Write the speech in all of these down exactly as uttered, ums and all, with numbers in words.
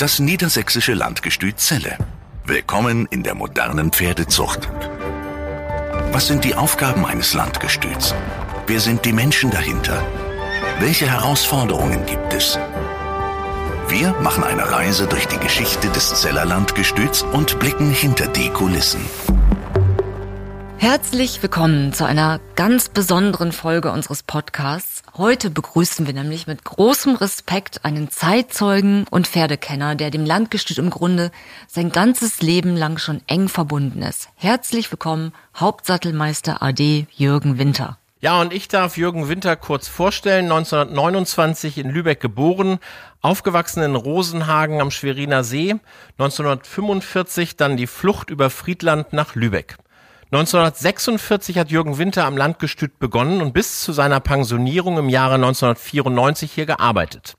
Das niedersächsische Landgestüt Celle. Willkommen in der modernen Pferdezucht. Was sind die Aufgaben eines Landgestüts? Wer sind die Menschen dahinter? Welche Herausforderungen gibt es? Wir machen eine Reise durch die Geschichte des Celler Landgestüts und blicken hinter die Kulissen. Herzlich willkommen zu einer ganz besonderen Folge unseres Podcasts. Heute begrüßen wir nämlich mit großem Respekt einen Zeitzeugen und Pferdekenner, der dem Landgestüt im Grunde sein ganzes Leben lang schon eng verbunden ist. Herzlich willkommen, Hauptsattelmeister A D Jürgen Winter. Ja, und ich darf Jürgen Winter kurz vorstellen, neunzehnhundertneunundzwanzig in Lübeck geboren, aufgewachsen in Rosenhagen am Schweriner See, neunzehnhundertfünfundvierzig dann die Flucht über Friedland nach Lübeck. neunzehnhundertsechsundvierzig hat Jürgen Winter am Landgestüt begonnen und bis zu seiner Pensionierung im Jahre neunzehnhundertvierundneunzig hier gearbeitet.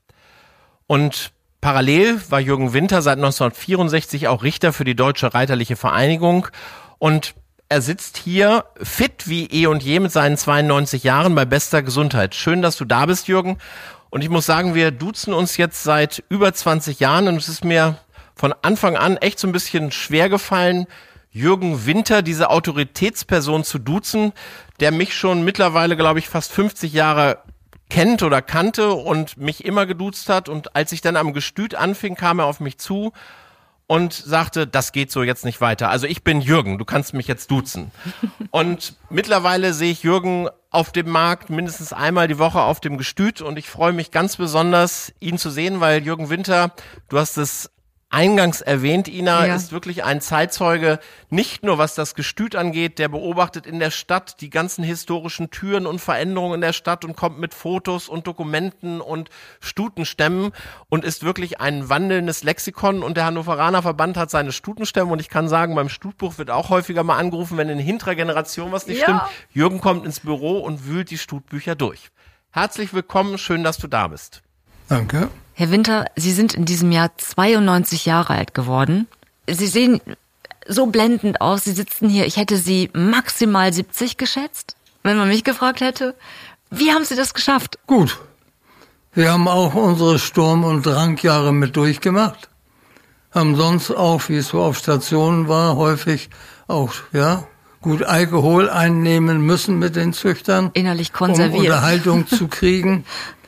Und parallel war Jürgen Winter seit neunzehnhundertvierundsechzig auch Richter für die Deutsche Reiterliche Vereinigung und er sitzt hier fit wie eh und je mit seinen zweiundneunzig Jahren bei bester Gesundheit. Schön, dass du da bist, Jürgen. Und ich muss sagen, wir duzen uns jetzt seit über zwanzig Jahren und es ist mir von Anfang an echt so ein bisschen schwer gefallen, Jürgen Winter, diese Autoritätsperson zu duzen, der mich schon mittlerweile, glaube ich, fast fünfzig Jahre kennt oder kannte und mich immer geduzt hat. Und als ich dann am Gestüt anfing, kam er auf mich zu und sagte, das geht so jetzt nicht weiter. Also ich bin Jürgen, du kannst mich jetzt duzen. Und mittlerweile sehe ich Jürgen auf dem Markt mindestens einmal die Woche auf dem Gestüt und ich freue mich ganz besonders, ihn zu sehen, weil Jürgen Winter, du hast es eingangs erwähnt, Ina, ja. Ist wirklich ein Zeitzeuge, nicht nur was das Gestüt angeht, der beobachtet in der Stadt die ganzen historischen Türen und Veränderungen in der Stadt und kommt mit Fotos und Dokumenten und Stutenstämmen und ist wirklich ein wandelndes Lexikon und der Hannoveraner Verband hat seine Stutenstämme und ich kann sagen, beim Stutbuch wird auch häufiger mal angerufen, wenn in hinterer Generation was nicht ja. stimmt. Jürgen kommt ins Büro und wühlt die Stutbücher durch. Herzlich willkommen, schön, dass du da bist. Danke. Herr Winter, Sie sind in diesem Jahr zweiundneunzig Jahre alt geworden. Sie sehen so blendend aus. Sie sitzen hier. Ich hätte Sie maximal siebzig geschätzt, wenn man mich gefragt hätte. Wie haben Sie das geschafft? Gut. Wir haben auch unsere Sturm- und Drankjahre mit durchgemacht. Haben sonst auch, wie es so auf Stationen war, häufig auch, ja, gut Alkohol einnehmen müssen mit den Züchtern. Innerlich konserviert. Um Unterhaltung zu kriegen.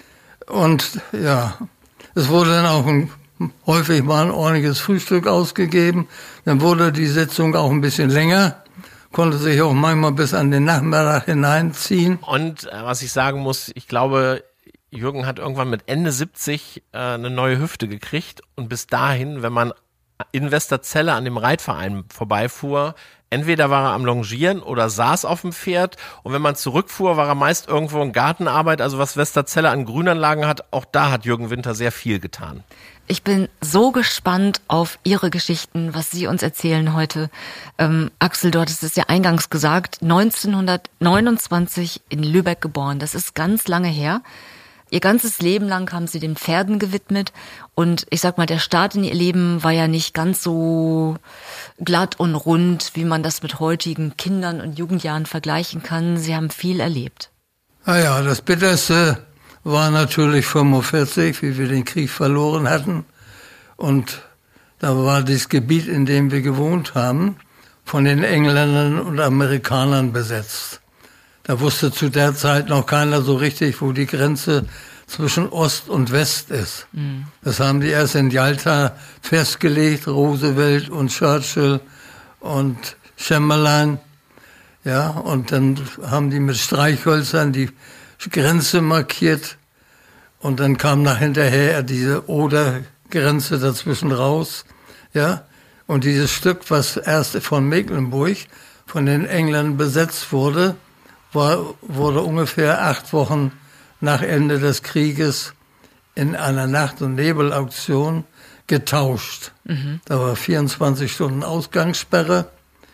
Und ja, es wurde dann auch ein, häufig mal ein ordentliches Frühstück ausgegeben. Dann wurde die Sitzung auch ein bisschen länger, konnte sich auch manchmal bis an den Nachmittag hineinziehen. Und äh, was ich sagen muss, ich glaube, Jürgen hat irgendwann mit Ende siebzig äh, eine neue Hüfte gekriegt. Und bis dahin, wenn man in Westercelle an dem Reitverein vorbeifuhr, entweder war er am Longieren oder saß auf dem Pferd und wenn man zurückfuhr, war er meist irgendwo in Gartenarbeit. Also was Westercelle an Grünanlagen hat, auch da hat Jürgen Winter sehr viel getan. Ich bin so gespannt auf Ihre Geschichten, was Sie uns erzählen heute. Ähm, Axel, du hattest es ja eingangs gesagt, neunzehnhundertneunundzwanzig in Lübeck geboren. Das ist ganz lange her. Ihr ganzes Leben lang haben Sie den Pferden gewidmet und ich sag mal, der Start in Ihr Leben war ja nicht ganz so glatt und rund, wie man das mit heutigen Kindern und Jugendjahren vergleichen kann. Sie haben viel erlebt. Naja, das Bitterste war natürlich fünfundvierzig, wie wir den Krieg verloren hatten. Und da war das Gebiet, in dem wir gewohnt haben, von den Engländern und Amerikanern besetzt. Da wusste zu der Zeit noch keiner so richtig, wo die Grenze zwischen Ost und West ist. Mhm. Das haben die erst in Jalta festgelegt, Roosevelt und Churchill und Chamberlain. Ja, und dann haben die mit Streichhölzern die Grenze markiert. Und dann kam nach hinterher diese Oder-Grenze dazwischen raus. Ja, und dieses Stück, was erst von Mecklenburg von den Engländern besetzt wurde, war, wurde ungefähr acht Wochen nach Ende des Krieges in einer Nacht- und Nebelauktion getauscht. Mhm. Da war vierundzwanzig Stunden Ausgangssperre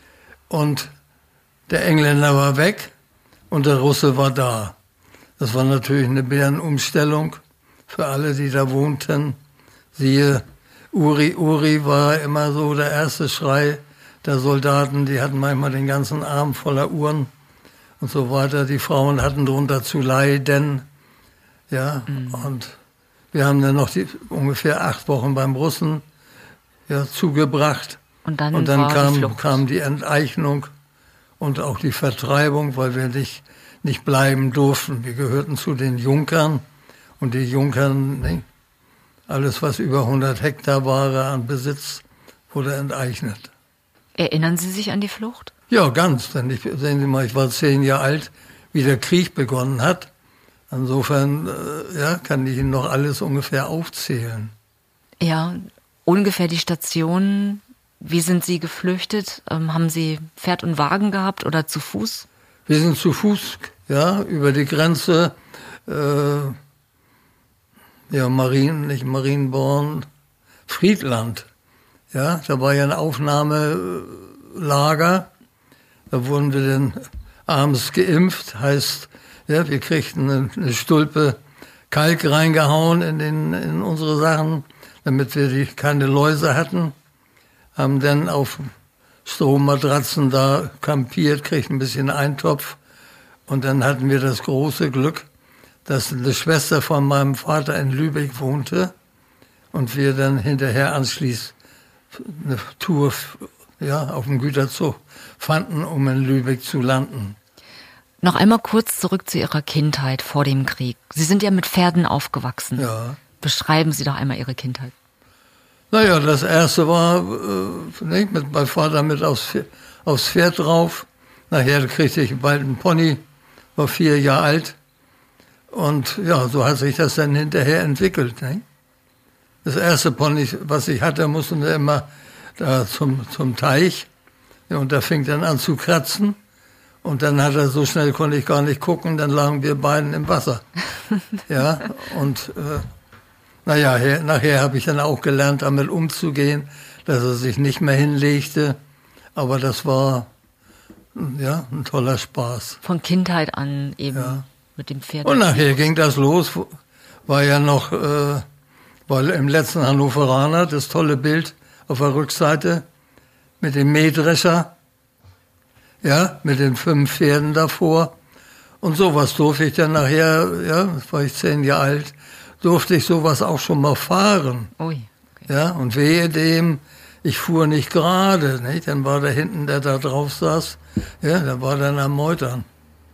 und der Engländer war weg und der Russe war da. Das war natürlich eine Bärenumstellung für alle, die da wohnten. Siehe, Uri, Uri war immer so der erste Schrei der Soldaten. Die hatten manchmal den ganzen Arm voller Uhren und so weiter. Die Frauen hatten darunter zu leiden. Ja, mhm. Und wir haben dann noch die, ungefähr acht Wochen beim Russen ja, zugebracht. Und dann, und dann war kam, die die Flucht. kam die Enteignung und auch die Vertreibung, weil wir nicht, nicht bleiben durften. Wir gehörten zu den Junkern und die Junkern, ne, alles was über hundert Hektar war an Besitz, wurde enteignet. Erinnern Sie sich an die Flucht? Ja, ganz. Denn ich, sehen Sie mal, ich war zehn Jahre alt, wie der Krieg begonnen hat. Insofern äh, ja, kann ich Ihnen noch alles ungefähr aufzählen. Ja, ungefähr die Station. Wie sind Sie geflüchtet? Ähm, haben Sie Pferd und Wagen gehabt oder zu Fuß? Wir sind zu Fuß, ja, über die Grenze, äh, ja, Marien, nicht Marienborn, Friedland. Ja, da war ja ein Aufnahmelager. Da wurden wir dann abends geimpft. Heißt, ja, wir kriegten eine, eine Stulpe Kalk reingehauen in, den, in unsere Sachen, damit wir die, keine Läuse hatten. Haben dann auf Strohmatratzen da kampiert, kriegten ein bisschen Eintopf. Und dann hatten wir das große Glück, dass eine Schwester von meinem Vater in Lübeck wohnte und wir dann hinterher anschließend eine Tour ja, auf dem Güterzug fanden, um in Lübeck zu landen. Noch einmal kurz zurück zu Ihrer Kindheit vor dem Krieg. Sie sind ja mit Pferden aufgewachsen. Ja. Beschreiben Sie doch einmal Ihre Kindheit. Naja, das erste war, äh, ne, mit meinem Vater mit aufs, aufs Pferd drauf. Nachher kriegte ich bald einen Pony, war vier Jahre alt. Und ja, so hat sich das dann hinterher entwickelt. Ne? Das erste Pony, was ich hatte, mussten wir immer da zum, zum Teich. Ja, und da fing dann an zu kratzen. Und dann hat er, so schnell konnte ich gar nicht gucken, dann lagen wir beiden im Wasser. Ja, und äh, naja, her, nachher habe ich dann auch gelernt, damit umzugehen, dass er sich nicht mehr hinlegte. Aber das war, ja, ein toller Spaß. Von Kindheit an eben Ja. mit dem Pferd. Und nachher ging das los, war ja noch, äh, weil im letzten Hannoveraner das tolle Bild auf der Rückseite mit dem Mähdrescher, ja, mit den fünf Pferden davor. Und sowas durfte ich dann nachher, ja, war ich zehn Jahre alt, durfte ich sowas auch schon mal fahren. Ui. Okay. Ja, und wehe dem, ich fuhr nicht gerade, nicht? Dann war da hinten, der da drauf saß, ja, der war dann am Meutern.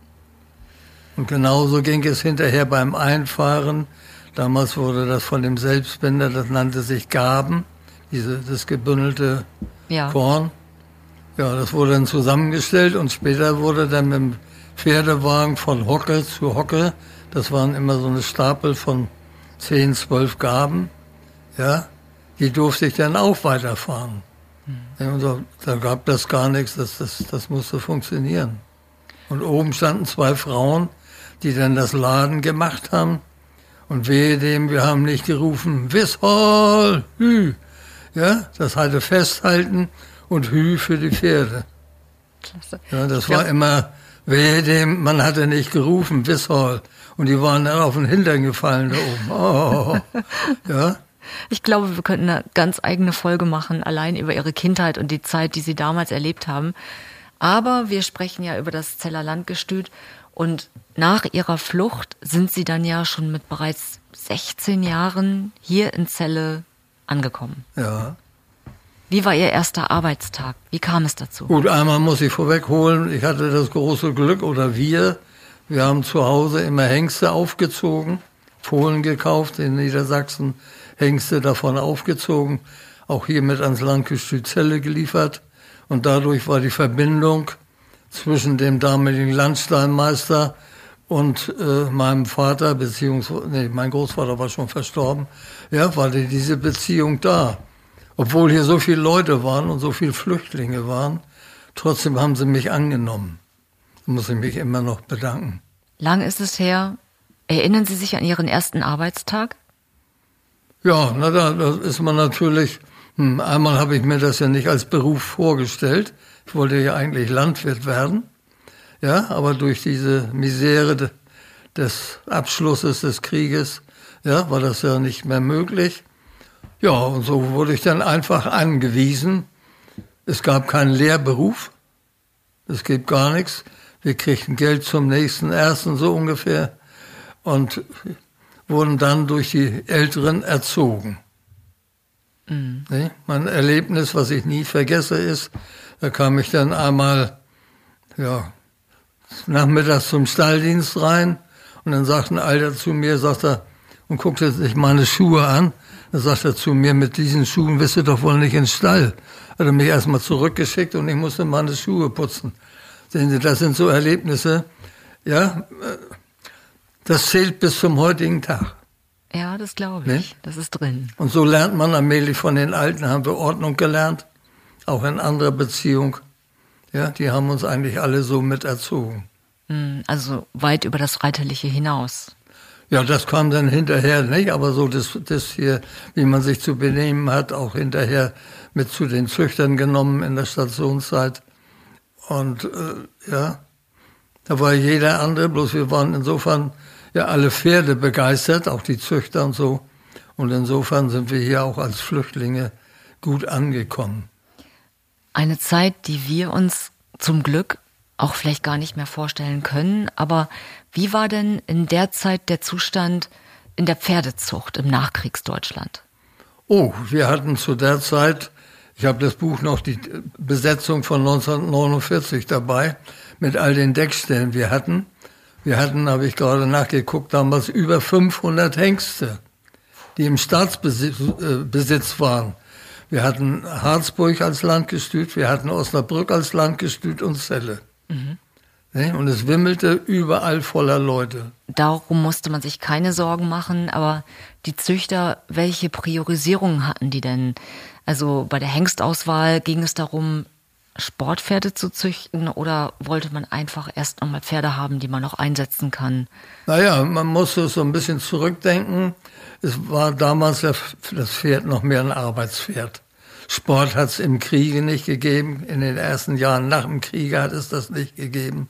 Und genauso ging es hinterher beim Einfahren. Damals wurde das von dem Selbstbinder, das nannte sich Gaben, diese, das gebündelte Ja. Korn. Ja, das wurde dann zusammengestellt und später wurde dann mit dem Pferdewagen von Hocke zu Hocke, das waren immer so eine Stapel von zehn, zwölf Gaben, ja, die durfte ich dann auch weiterfahren. Mhm. Ja, und da, da gab das gar nichts, das, das, das musste funktionieren. Und oben standen zwei Frauen, die dann das Laden gemacht haben. Und wehe dem, wir haben nicht gerufen, Wishol, Hü. Ja, das hatte festhalten und Hü für die Pferde. Klasse. Ja, das Ja. war immer, wehe dem, man hatte nicht gerufen, Wishol. Und die waren dann auf den Hintern gefallen da oben. Oh, ja. Ich glaube, wir könnten eine ganz eigene Folge machen, allein über Ihre Kindheit und die Zeit, die Sie damals erlebt haben. Aber wir sprechen ja über das Zeller Landgestüt. Und nach Ihrer Flucht sind Sie dann ja schon mit bereits sechzehn Jahren hier in Celle angekommen. Ja. Wie war Ihr erster Arbeitstag? Wie kam es dazu? Gut, einmal muss ich vorweg holen, ich hatte das große Glück, oder wir, wir haben zu Hause immer Hengste aufgezogen, Fohlen gekauft, in Niedersachsen Hengste davon aufgezogen, auch hier mit ans Landgestüt Celle geliefert. Und dadurch war die Verbindung zwischen dem damaligen Landstallmeister und äh, meinem Vater, beziehungsweise, nee, mein Großvater war schon verstorben, ja, war die, diese Beziehung da. Obwohl hier so viele Leute waren und so viele Flüchtlinge waren, trotzdem haben sie mich angenommen. Da muss ich mich immer noch bedanken. Lang ist es her. Erinnern Sie sich an Ihren ersten Arbeitstag? Ja, na, da, da ist man natürlich, hm, einmal habe ich mir das ja nicht als Beruf vorgestellt. Ich wollte ja eigentlich Landwirt werden. Ja, aber durch diese Misere de, des Abschlusses des Krieges, ja, war das ja nicht mehr möglich. Ja, und so wurde ich dann einfach angewiesen. Es gab keinen Lehrberuf. Es gibt gar nichts. Wir kriegten Geld zum nächsten Ersten, so ungefähr. Und wurden dann durch die Älteren erzogen. Mhm. Mhm. Nee? Mein Erlebnis, was ich nie vergesse, ist, da kam ich dann einmal, ja, nachmittags zum Stalldienst rein und dann sagt ein Alter zu mir, sagt er, und guckte sich meine Schuhe an, dann sagt er zu mir, mit diesen Schuhen wirst du doch wohl nicht ins Stall. Hat er mich erstmal zurückgeschickt und ich musste meine Schuhe putzen. Sehen Sie, das sind so Erlebnisse, ja, das zählt bis zum heutigen Tag. Ja, das glaube ich. Ne? Das ist drin. Und so lernt man allmählich von den Alten, haben wir Ordnung gelernt, auch in anderer Beziehung. Ja, die haben uns eigentlich alle so mit erzogen. Also weit über das Reiterliche hinaus. Ja, das kam dann hinterher, nicht? Aber so das, das hier, wie man sich zu benehmen hat, auch hinterher mit zu den Züchtern genommen in der Stationszeit. Und äh, ja, da war jeder andere, bloß wir waren insofern ja alle Pferde begeistert, auch die Züchter und so. Und insofern sind wir hier auch als Flüchtlinge gut angekommen. Eine Zeit, die wir uns zum Glück auch vielleicht gar nicht mehr vorstellen können. Aber wie war denn in der Zeit der Zustand in der Pferdezucht im Nachkriegsdeutschland? Oh, wir hatten zu der Zeit, ich habe das Buch noch, die Besetzung von neunzehnhundertneunundvierzig dabei, mit all den Deckstellen wir hatten. Wir hatten, habe ich gerade nachgeguckt, damals über fünfhundert Hengste, die im Staatsbesitz äh, Besitz waren. Wir hatten Harzburg als Landgestüt, wir hatten Osnabrück als Landgestüt und Celle. Mhm. Und es wimmelte überall voller Leute. Darum musste man sich keine Sorgen machen, aber die Züchter, welche Priorisierungen hatten die denn? Also bei der Hengstauswahl ging es darum, Sportpferde zu züchten oder wollte man einfach erst nochmal Pferde haben, die man noch einsetzen kann? Naja, man musste so ein bisschen zurückdenken. Es war damals das Pferd noch mehr ein Arbeitspferd. Sport hat es im Kriege nicht gegeben. In den ersten Jahren nach dem Kriege hat es das nicht gegeben.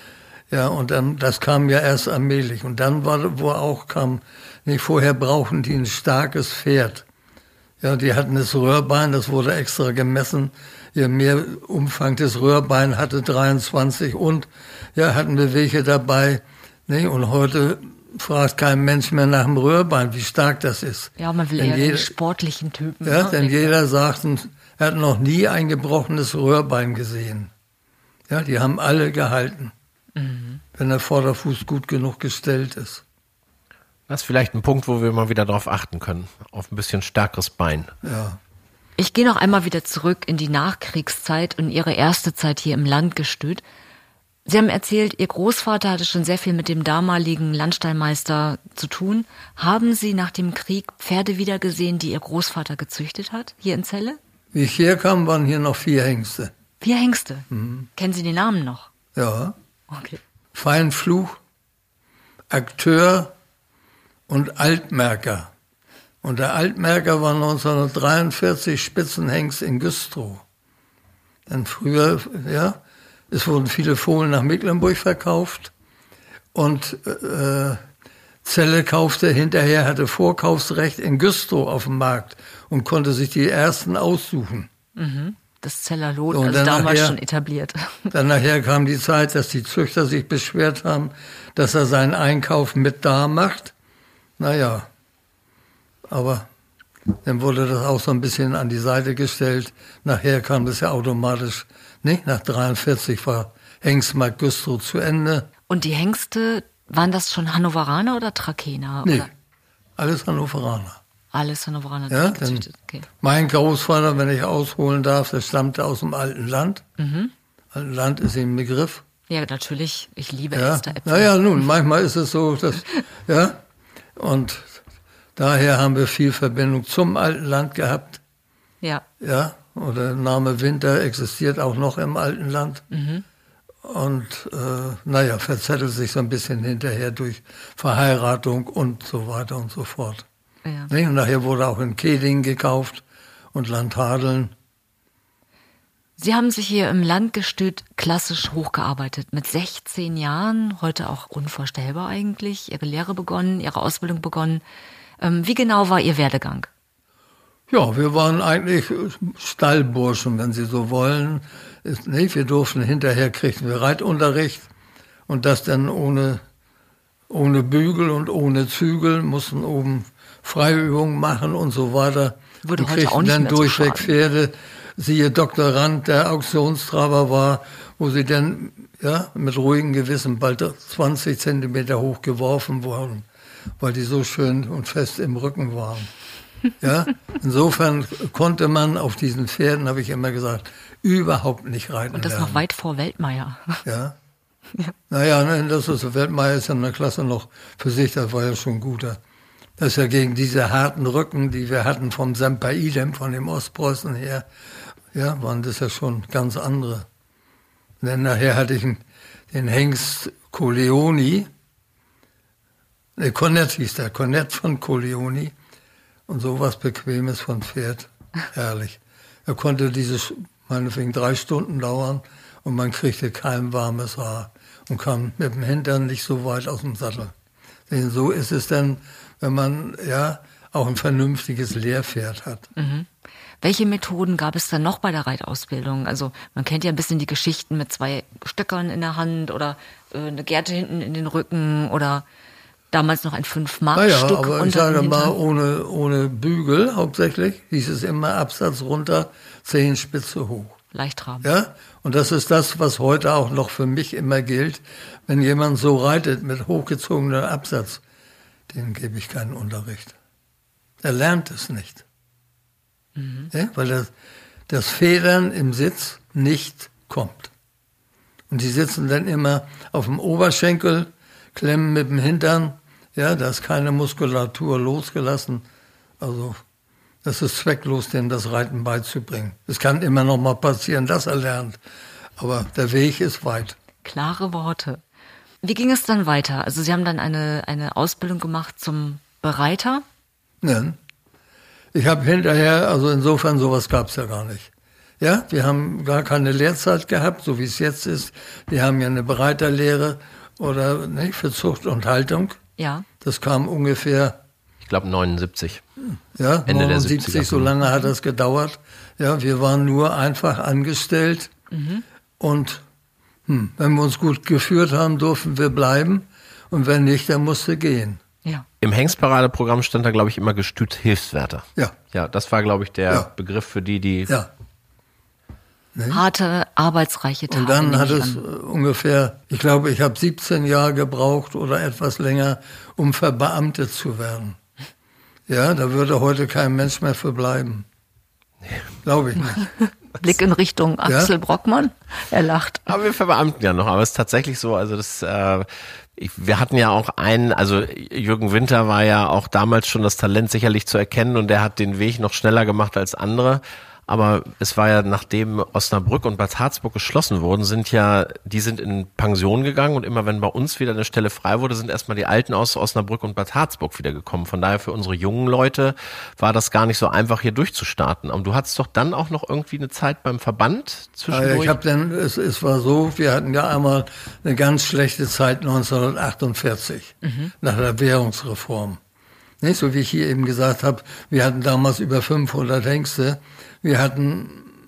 Ja, und dann, das kam ja erst allmählich. Und dann war, wo auch kam, nicht vorher brauchten die ein starkes Pferd. Ja, die hatten das Röhrbein, das wurde extra gemessen. Ja, mehr Umfang des Röhrbein hatte dreiundzwanzig und, ja, hatten wir welche dabei. Ne? Und heute fragt kein Mensch mehr nach dem Röhrbein, wie stark das ist. Ja, man will denn eher jeder, den sportlichen Typen. Ja, ne? denn jeder sagt, er hat noch nie ein gebrochenes Röhrbein gesehen. Ja, die haben alle gehalten, mhm. wenn der Vorderfuß gut genug gestellt ist. Das ist vielleicht ein Punkt, wo wir mal wieder darauf achten können, auf ein bisschen stärkeres Bein. Ja. Ich gehe noch einmal wieder zurück in die Nachkriegszeit und Ihre erste Zeit hier im Landgestüt. Sie haben erzählt, Ihr Großvater hatte schon sehr viel mit dem damaligen Landstallmeister zu tun. Haben Sie nach dem Krieg Pferde wiedergesehen, die Ihr Großvater gezüchtet hat, hier in Celle? Wie ich herkam, waren hier noch vier Hengste. Vier Hengste? Mhm. Kennen Sie die Namen noch? Ja. Okay. Feinfluch, Akteur und Altmerker. Und der Altmerker war neunzehnhundertdreiundvierzig Spitzenhengst in Güstrow. Dann früher, ja, es wurden viele Fohlen nach Mecklenburg verkauft und äh, Celle kaufte hinterher, hatte Vorkaufsrecht in Güstrow auf dem Markt und konnte sich die ersten aussuchen. Mhm. Das Celler Lot, So, also damals nachher, schon etabliert. Dann nachher kam die Zeit, dass die Züchter sich beschwert haben, dass er seinen Einkauf mit da macht. Naja, aber dann wurde das auch so ein bisschen an die Seite gestellt. Nachher kam das ja automatisch, nicht? Nach dreiundvierzig war Hengstmarkt Güstrow zu Ende. Und die Hengste, waren das schon Hannoveraner oder Trakener? Nee, oder? alles Hannoveraner. Alles Hannoveraner. Ja, gezüchtet. Okay. Mein Großvater, wenn ich ausholen darf, der stammte aus dem Alten Land. Mhm. Alten Land ist ihm ein Begriff. Ja, natürlich. Ich liebe Ja. Äpfel. Naja, nun, manchmal ist es so, dass, ja, und daher haben wir viel Verbindung zum Alten Land gehabt. Ja. Ja, und der Name Winter existiert auch noch im Alten Land. Mhm. Und, äh, naja, verzettelt sich so ein bisschen hinterher durch Verheiratung und so weiter und so fort. Ja. Nee, und nachher wurde auch in Kehding gekauft und Landhadeln. Sie haben sich hier im Landgestüt klassisch hochgearbeitet. Mit sechzehn Jahren, heute auch unvorstellbar eigentlich, Ihre Lehre begonnen, Ihre Ausbildung begonnen. Ähm, wie genau war Ihr Werdegang? Ja, wir waren eigentlich Stallburschen, wenn Sie so wollen. Ist, nee, wir durften hinterher, kriegten wir Reitunterricht und das dann ohne, ohne Bügel und ohne Zügel, mussten oben Freiübungen machen und so weiter. Würde und heute auch kriegten nicht dann mehr so durchweg schaden. Pferde, siehe Doktor Rand, der Auktionstraber war, wo sie dann ja, mit ruhigem Gewissen bald zwanzig Zentimeter hoch geworfen wurden, weil die so schön und fest im Rücken waren. Ja, insofern konnte man auf diesen Pferden, habe ich immer gesagt, überhaupt nicht reiten Und das lernen. noch weit vor Weltmeier. Ja. Ja. Naja, ne, das ist, Weltmeier ist ja eine Klasse noch für sich, das war ja schon guter. Das ist ja gegen diese harten Rücken, die wir hatten vom Semper Idem, von dem Ostpreußen her, ja, waren das ja schon ganz andere. Und dann nachher hatte ich einen, den Hengst Coleoni, ne, Cornett hieß der, Cornett von Coleoni, und sowas Bequemes von Pferd, herrlich. Er konnte dieses, meinetwegen drei Stunden dauern und man kriegte kein warmes Haar und kam mit dem Hintern nicht so weit aus dem Sattel. Denn so ist es dann, wenn man ja auch ein vernünftiges Lehrpferd hat. Mhm. Welche Methoden gab es dann noch bei der Reitausbildung? Also man kennt ja ein bisschen die Geschichten mit zwei Stöckern in der Hand oder äh, eine Gerte hinten in den Rücken oder damals noch ein fünf-Mark-Stück Naja, aber ich unter sage den mal, Hintern. ohne, ohne Bügel hauptsächlich, hieß es immer Absatz runter, Zehenspitze hoch. Leichttraben. Ja, und das ist das, was heute auch noch für mich immer gilt. Wenn jemand so reitet mit hochgezogenem Absatz, dem gebe ich keinen Unterricht. Er lernt es nicht. Mhm. Ja, weil das, das Federn im Sitz nicht kommt. Und die sitzen dann immer auf dem Oberschenkel, klemmen mit dem Hintern. Ja, da ist keine Muskulatur losgelassen. Also das ist zwecklos, dem das Reiten beizubringen. Es kann immer noch mal passieren, dass er lernt. Aber der Weg ist weit. Klare Worte. Wie ging es dann weiter? Also Sie haben dann eine, eine Ausbildung gemacht zum Bereiter? Nein. Ich habe hinterher, also insofern sowas gab es ja gar nicht. Ja, wir haben gar keine Lehrzeit gehabt, so wie es jetzt ist. Wir haben ja eine Bereiterlehre oder nicht, für Zucht und Haltung. Ja. Das kam ungefähr, Ich glaube neunundsiebzig. ja, Ende der neunundsiebzig, siebziger. so lange hat das gedauert. Ja, wir waren nur einfach angestellt Mhm. und hm, wenn wir uns gut geführt haben, durften wir bleiben und wenn nicht, dann musste gehen. Ja. Im Hengstparadeprogramm stand da, glaube ich, immer Gestüt Hilfswärter. Ja, Ja, das war, glaube ich, der Ja. Begriff für die, die... ja. Harte, arbeitsreiche Tage. Und dann nehme hat ich es an. äh, ungefähr, ich glaube, ich habe siebzehn Jahre gebraucht oder etwas länger, um verbeamtet zu werden. Ja, da würde heute kein Mensch mehr für bleiben. Glaube ich nicht. Blick in Richtung Axel Brockmann. Er lacht. Aber wir verbeamten ja noch, aber es ist tatsächlich so, also das, äh, ich, wir hatten ja auch einen, also Jürgen Winter war ja auch damals schon das Talent sicherlich zu erkennen und der hat den Weg noch schneller gemacht als andere. Aber es war ja, nachdem Osnabrück und Bad Harzburg geschlossen wurden, sind ja, die sind in Pension gegangen und immer wenn bei uns wieder eine Stelle frei wurde, sind erstmal die Alten aus Osnabrück und Bad Harzburg wieder gekommen. Von daher für unsere jungen Leute war das gar nicht so einfach, hier durchzustarten. Aber du hattest doch dann auch noch irgendwie eine Zeit beim Verband zwischendurch? Ja, ich habe dann, es, es war so, wir hatten ja einmal eine ganz schlechte Zeit neunzehnhundertachtundvierzig, mhm. nach der Währungsreform. Nicht, so wie ich hier eben gesagt habe, wir hatten damals über fünfhundert Hengste. Wir hatten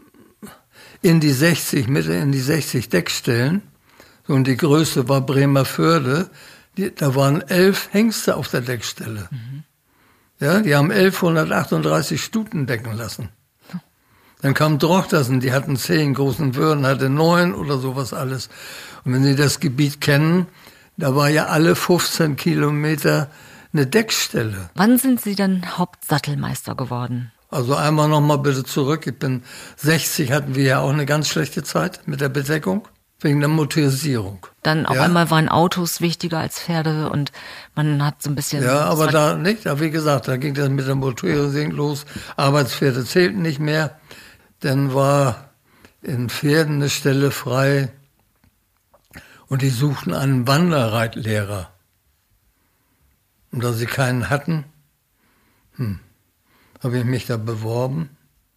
in die sechzig, Mitte in die sechzig Deckstellen. Und die größte war Bremerförde. Die, da waren elf Hengste auf der Deckstelle. Mhm. Ja, die haben elfhundertachtunddreißig Stuten decken lassen. Dann kam Drochtersen, die hatten zehn, Großen Würden hatte neun oder sowas alles. Und wenn Sie das Gebiet kennen, da war ja alle fünfzehn Kilometer eine Deckstelle. Wann sind Sie dann Hauptsattelmeister geworden? Also einmal nochmal bitte zurück. Ich bin sechzig, hatten wir ja auch eine ganz schlechte Zeit mit der Bedeckung, wegen der Motorisierung. Dann auf ja. einmal waren Autos wichtiger als Pferde und man hat so ein bisschen... Ja, aber da nicht, aber wie gesagt, da ging das mit der Motorisierung los. Arbeitspferde zählten nicht mehr. Dann war in Pferden eine Stelle frei und die suchten einen Wanderreitlehrer. Und da sie keinen hatten, hm, habe ich mich da beworben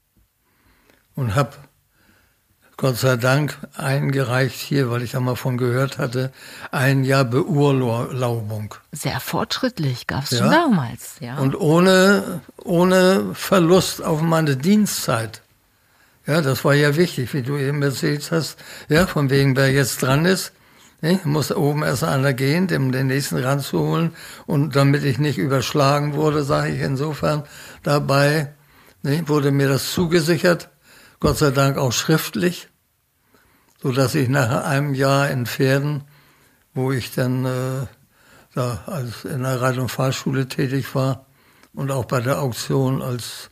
und habe Gott sei Dank eingereicht hier, weil ich da mal von gehört hatte, ein Jahr Beurlaubung. Sehr fortschrittlich, gab es Ja. schon damals. Ja. Und ohne, ohne Verlust auf meine Dienstzeit. Ja, das war ja wichtig, wie du eben erzählt hast, ja, von wegen, wer jetzt dran ist. Ich muss oben erst einer gehen, um den nächsten ranzuholen. Und damit ich nicht überschlagen wurde, sage ich insofern dabei, ne, wurde mir das zugesichert, Gott sei Dank auch schriftlich, so dass ich nach einem Jahr in Pferden, wo ich dann äh, da als in der Reit- und Fahrschule tätig war und auch bei der Auktion als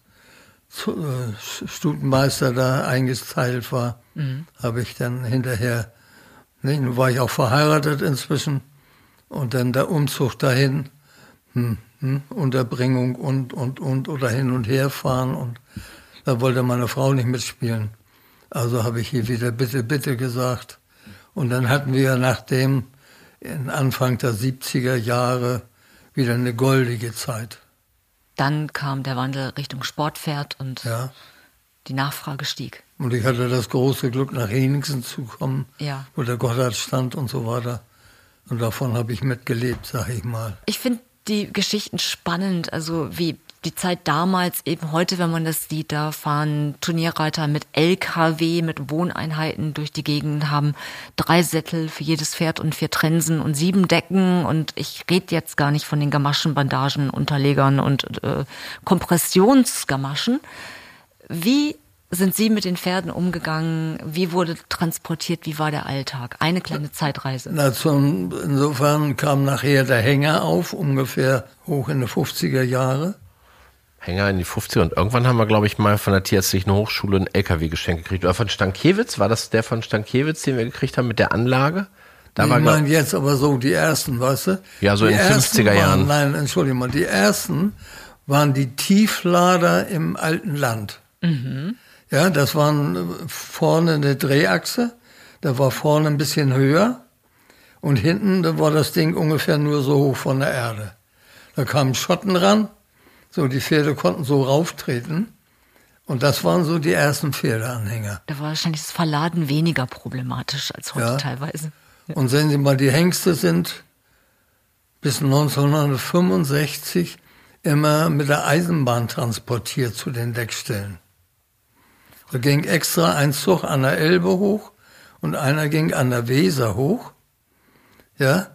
äh, Stutenmeister da eingeteilt war, mhm. habe ich dann hinterher, ne, nun war ich auch verheiratet inzwischen, und dann der Umzug dahin, hm, hm, Unterbringung und, und, und, oder hin und her fahren, und da wollte meine Frau nicht mitspielen. Also habe ich hier wieder bitte, bitte gesagt. Und dann hatten wir nachdem in Anfang der siebziger Jahre wieder eine goldige Zeit. Dann kam der Wandel Richtung Sportpferd und ja. die Nachfrage stieg. Und ich hatte das große Glück, nach Henningsen zu kommen, ja. wo der Gotthard stand und so weiter. Und davon habe ich mitgelebt, sag ich mal. Ich finde die Geschichten spannend, also wie die Zeit damals, eben heute, wenn man das sieht, da fahren Turnierreiter mit L K W, mit Wohneinheiten durch die Gegend, haben drei Sättel für jedes Pferd und vier Trensen und sieben Decken, und ich rede jetzt gar nicht von den Gamaschen, Bandagen, Unterlegern und äh, Kompressionsgamaschen. Wie sind Sie mit den Pferden umgegangen? Wie wurde transportiert? Wie war der Alltag? Eine kleine Zeitreise. Na, zum, insofern kam nachher der Hänger auf, ungefähr hoch in die fünfziger Jahre. Hänger in die fünfziger, und irgendwann haben wir, glaube ich, mal von der Tierärztlichen Hochschule ein L K W geschenkt gekriegt. Oder von Stankiewicz, war das der von Stankiewicz, den wir gekriegt haben mit der Anlage? Da ich war meine jetzt aber so die ersten, weißt du? Ja, so die in den fünfziger Jahren. Waren, nein, Entschuldigung mal, die ersten waren die Tieflader im alten Land. Mhm. Ja, das waren vorne eine Drehachse, da war vorne ein bisschen höher, und hinten, da war das Ding ungefähr nur so hoch von der Erde. Da kamen Schotten ran, so die Pferde konnten so rauftreten, und das waren so die ersten Pferdeanhänger. Da war wahrscheinlich das Verladen weniger problematisch als heute ja. teilweise. Ja. Und sehen Sie mal, die Hengste sind bis neunzehnhundertfünfundsechzig immer mit der Eisenbahn transportiert zu den Deckstellen. Da ging extra ein Zug an der Elbe hoch und einer ging an der Weser hoch, ja,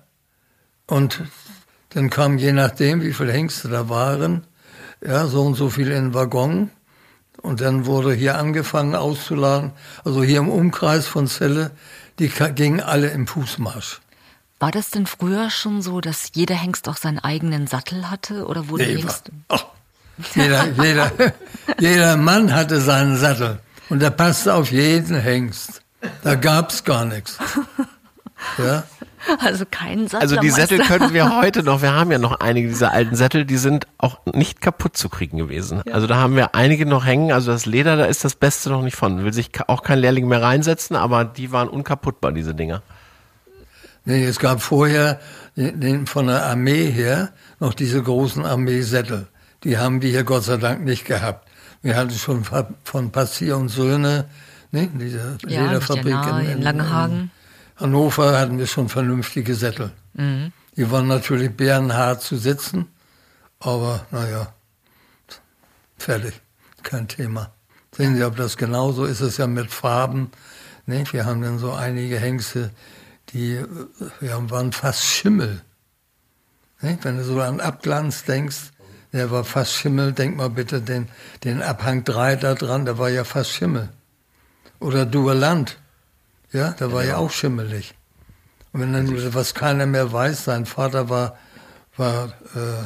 und dann kamen, je nachdem, wie viele Hengste da waren, ja, so und so viel in den Waggon, und dann wurde hier angefangen auszuladen, also hier im Umkreis von Celle, die gingen alle im Fußmarsch. War das denn früher schon so, dass jeder Hengst auch seinen eigenen Sattel hatte, oder wurde nee, Hengst... Ach, jeder, jeder, jeder Mann hatte seinen Sattel, und der passte auf jeden Hengst. Da gab's gar nichts. Ja? Also kein Sattel. Also die Sättel können wir heute noch, wir haben ja noch einige dieser alten Sättel, die sind auch nicht kaputt zu kriegen gewesen. Ja. Also da haben wir einige noch hängen, also das Leder, da ist das Beste noch nicht von. Will sich auch kein Lehrling mehr reinsetzen, aber die waren unkaputtbar, diese Dinger. Nee, es gab vorher den, von der Armee her noch diese großen Armeesättel. Die haben wir hier Gott sei Dank nicht gehabt. Wir hatten schon von Passier und Söhne, ne, diese ja, Lederfabrik in, in Langenhagen. In Hannover hatten wir schon vernünftige Sättel. Mhm. Die waren natürlich bärenhart zu sitzen, aber naja, fertig, kein Thema. Sehen Sie, ob das genauso ist, es ja mit Farben. Ne? Wir haben dann so einige Hengste, die ja, waren fast Schimmel. Ne? Wenn du so an Abglanz denkst, der war fast Schimmel, denk mal bitte den, den Abhang drei da dran, der war ja fast Schimmel. Oder Dueland. Ja, der war ja, ja auch schimmelig. Und wenn dann, was keiner mehr weiß, sein Vater war, war äh,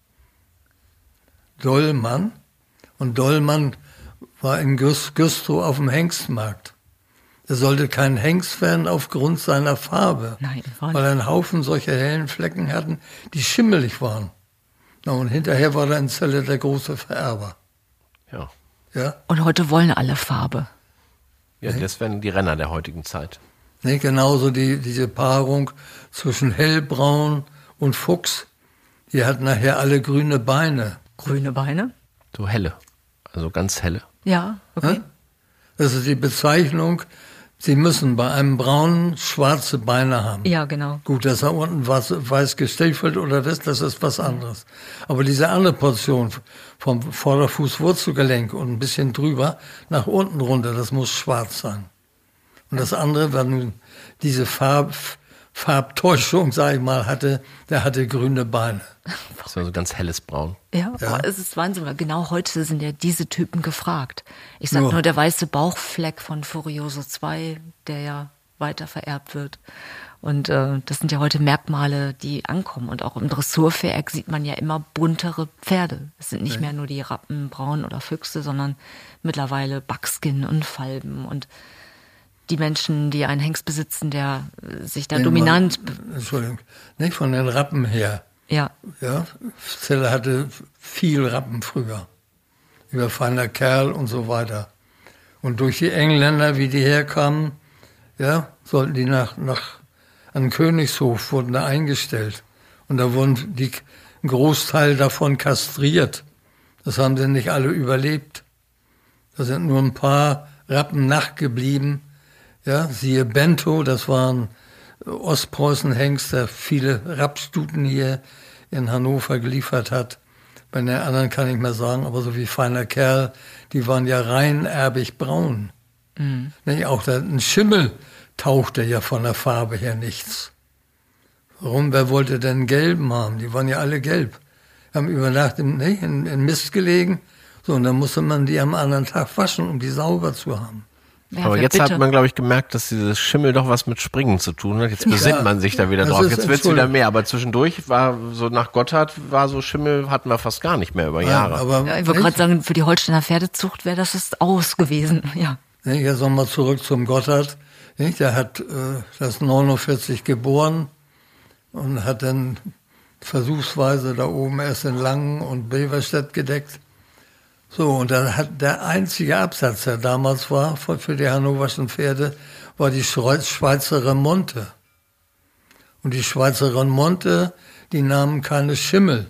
Dollmann. Und Dollmann war in Güstrow auf dem Hengstmarkt. Er sollte kein Hengst werden aufgrund seiner Farbe. Nein, weil er einen Haufen solcher hellen Flecken hatten, die schimmelig waren. Na, und hinterher war er in Celle der große Vererber. Ja. Ja. Und heute wollen alle Farbe. Ja, das wären die Renner der heutigen Zeit. Nee, genauso die, diese Paarung zwischen hellbraun und Fuchs, die hat nachher alle grüne Beine. Grüne Beine? So helle, also ganz helle. Ja, okay. Das ist die Bezeichnung, sie müssen bei einem Braunen schwarze Beine haben. Ja, genau. Gut, dass da unten was weiß gestiefelt oder das, das ist was anderes. Aber diese andere Portion vom Vorderfußwurzelgelenk und ein bisschen drüber nach unten runter, das muss schwarz sein. Und das andere, wenn diese Farb, Farbtäuschung, sag ich mal, hatte, der hatte grüne Beine. Das war so ganz helles Braun. Ja, ja. Es ist Wahnsinn, weil genau heute sind ja diese Typen gefragt. Ich sag ja. nur der weiße Bauchfleck von Furioso zwei, der ja weiter vererbt wird. Und äh, das sind ja heute Merkmale, die ankommen. Und auch im Dressurviereck sieht man ja immer buntere Pferde. Es sind nicht ja. mehr nur die Rappen, Braun oder Füchse, sondern mittlerweile Buckskin und Falben und die Menschen, die einen Hengst besitzen, der sich da nee, dominant... Man, Entschuldigung, nicht von den Rappen her. Ja. Ja, Celle hatte viel Rappen früher. Über Feiner Kerl und so weiter. Und durch die Engländer, wie die herkamen, ja, sollten die nach, nach an den Königshof, wurden da eingestellt. Und da wurden die, ein Großteil davon kastriert. Das haben sie nicht alle überlebt. Da sind nur ein paar Rappen nachgeblieben. Ja, siehe Bento, das war ein Ostpreußen-Hengst, der viele Rappstuten hier in Hannover geliefert hat. Bei den anderen kann ich mehr sagen, aber so wie Feiner Kerl, die waren ja rein erbig braun. Mhm. Nicht? Auch der, ein Schimmel tauchte ja von der Farbe her nichts. Warum? Wer wollte denn einen gelben haben? Die waren ja alle gelb. Haben über Nacht in, nicht, in, in Mist gelegen. So, und dann musste man die am anderen Tag waschen, um die sauber zu haben. Ja, aber jetzt bitte. Hat man, glaube ich, gemerkt, dass dieses Schimmel doch was mit Springen zu tun hat. Jetzt besinnt ja, man sich da wieder drauf. Jetzt wird's wieder mehr. Aber zwischendurch war so nach Gotthard war so Schimmel hatten wir fast gar nicht mehr über Jahre. Ja, aber ja, ich wollte gerade sagen, für die Holsteiner Pferdezucht wäre das ist aus gewesen. Ja. Jetzt nochmal zurück zum Gotthard. Der hat äh, das neunundvierzig geboren und hat dann versuchsweise da oben erst in Langen und Beverstedt gedeckt. So, und dann hat der einzige Absatz, der damals war für die hannoverschen Pferde, war die Schweizer Remonte. Und die Schweizer Remonte, die nahmen keine Schimmel.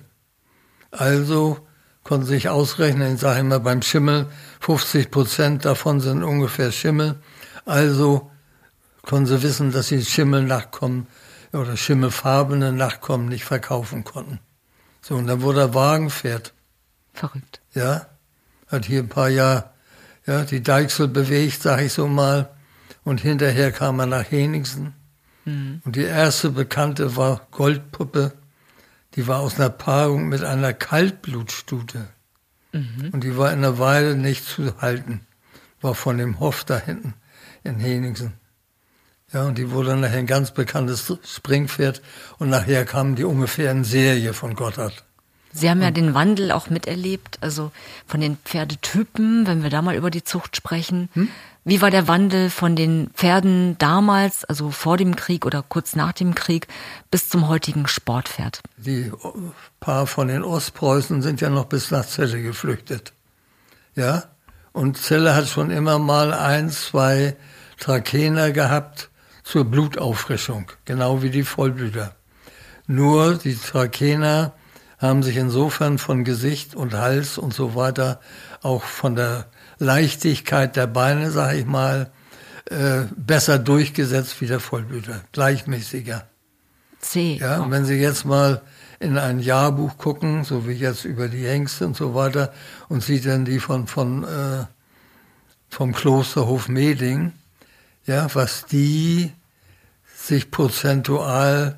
Also konnten sich ausrechnen, ich sage immer beim Schimmel, fünfzig Prozent davon sind ungefähr Schimmel. Also konnten sie wissen, dass sie Schimmelnachkommen oder schimmelfarbene Nachkommen nicht verkaufen konnten. So, und dann wurde er Wagenpferd. Verrückt. Ja. Hat hier ein paar Jahre ja, die Deichsel bewegt, sag ich so mal. Und hinterher kam er nach Henningsen. Mhm. Und die erste Bekannte war Goldpuppe. Die war aus einer Paarung mit einer Kaltblutstute. Mhm. Und die war in der Weide nicht zu halten. War von dem Hof da hinten in Henningsen. Ja, und die wurde nachher ein ganz bekanntes Springpferd. Und nachher kamen die ungefähr in Serie von Gotthard. Sie haben ja den Wandel auch miterlebt, also von den Pferdetypen, wenn wir da mal über die Zucht sprechen. Hm? Wie war der Wandel von den Pferden damals, also vor dem Krieg oder kurz nach dem Krieg, bis zum heutigen Sportpferd? Die paar von den Ostpreußen sind ja noch bis nach Celle geflüchtet. Ja, und Celle hat schon immer mal ein, zwei Trakener gehabt zur Blutauffrischung, genau wie die Vollblüter. Nur die Trakener haben sich insofern von Gesicht und Hals und so weiter, auch von der Leichtigkeit der Beine, sag ich mal, äh, besser durchgesetzt wie der Vollblüter, gleichmäßiger. C. Ja, und wenn Sie jetzt mal in ein Jahrbuch gucken, so wie jetzt über die Hengste und so weiter, und sieht dann die von, von äh, vom Klosterhof Meding, ja, was die sich prozentual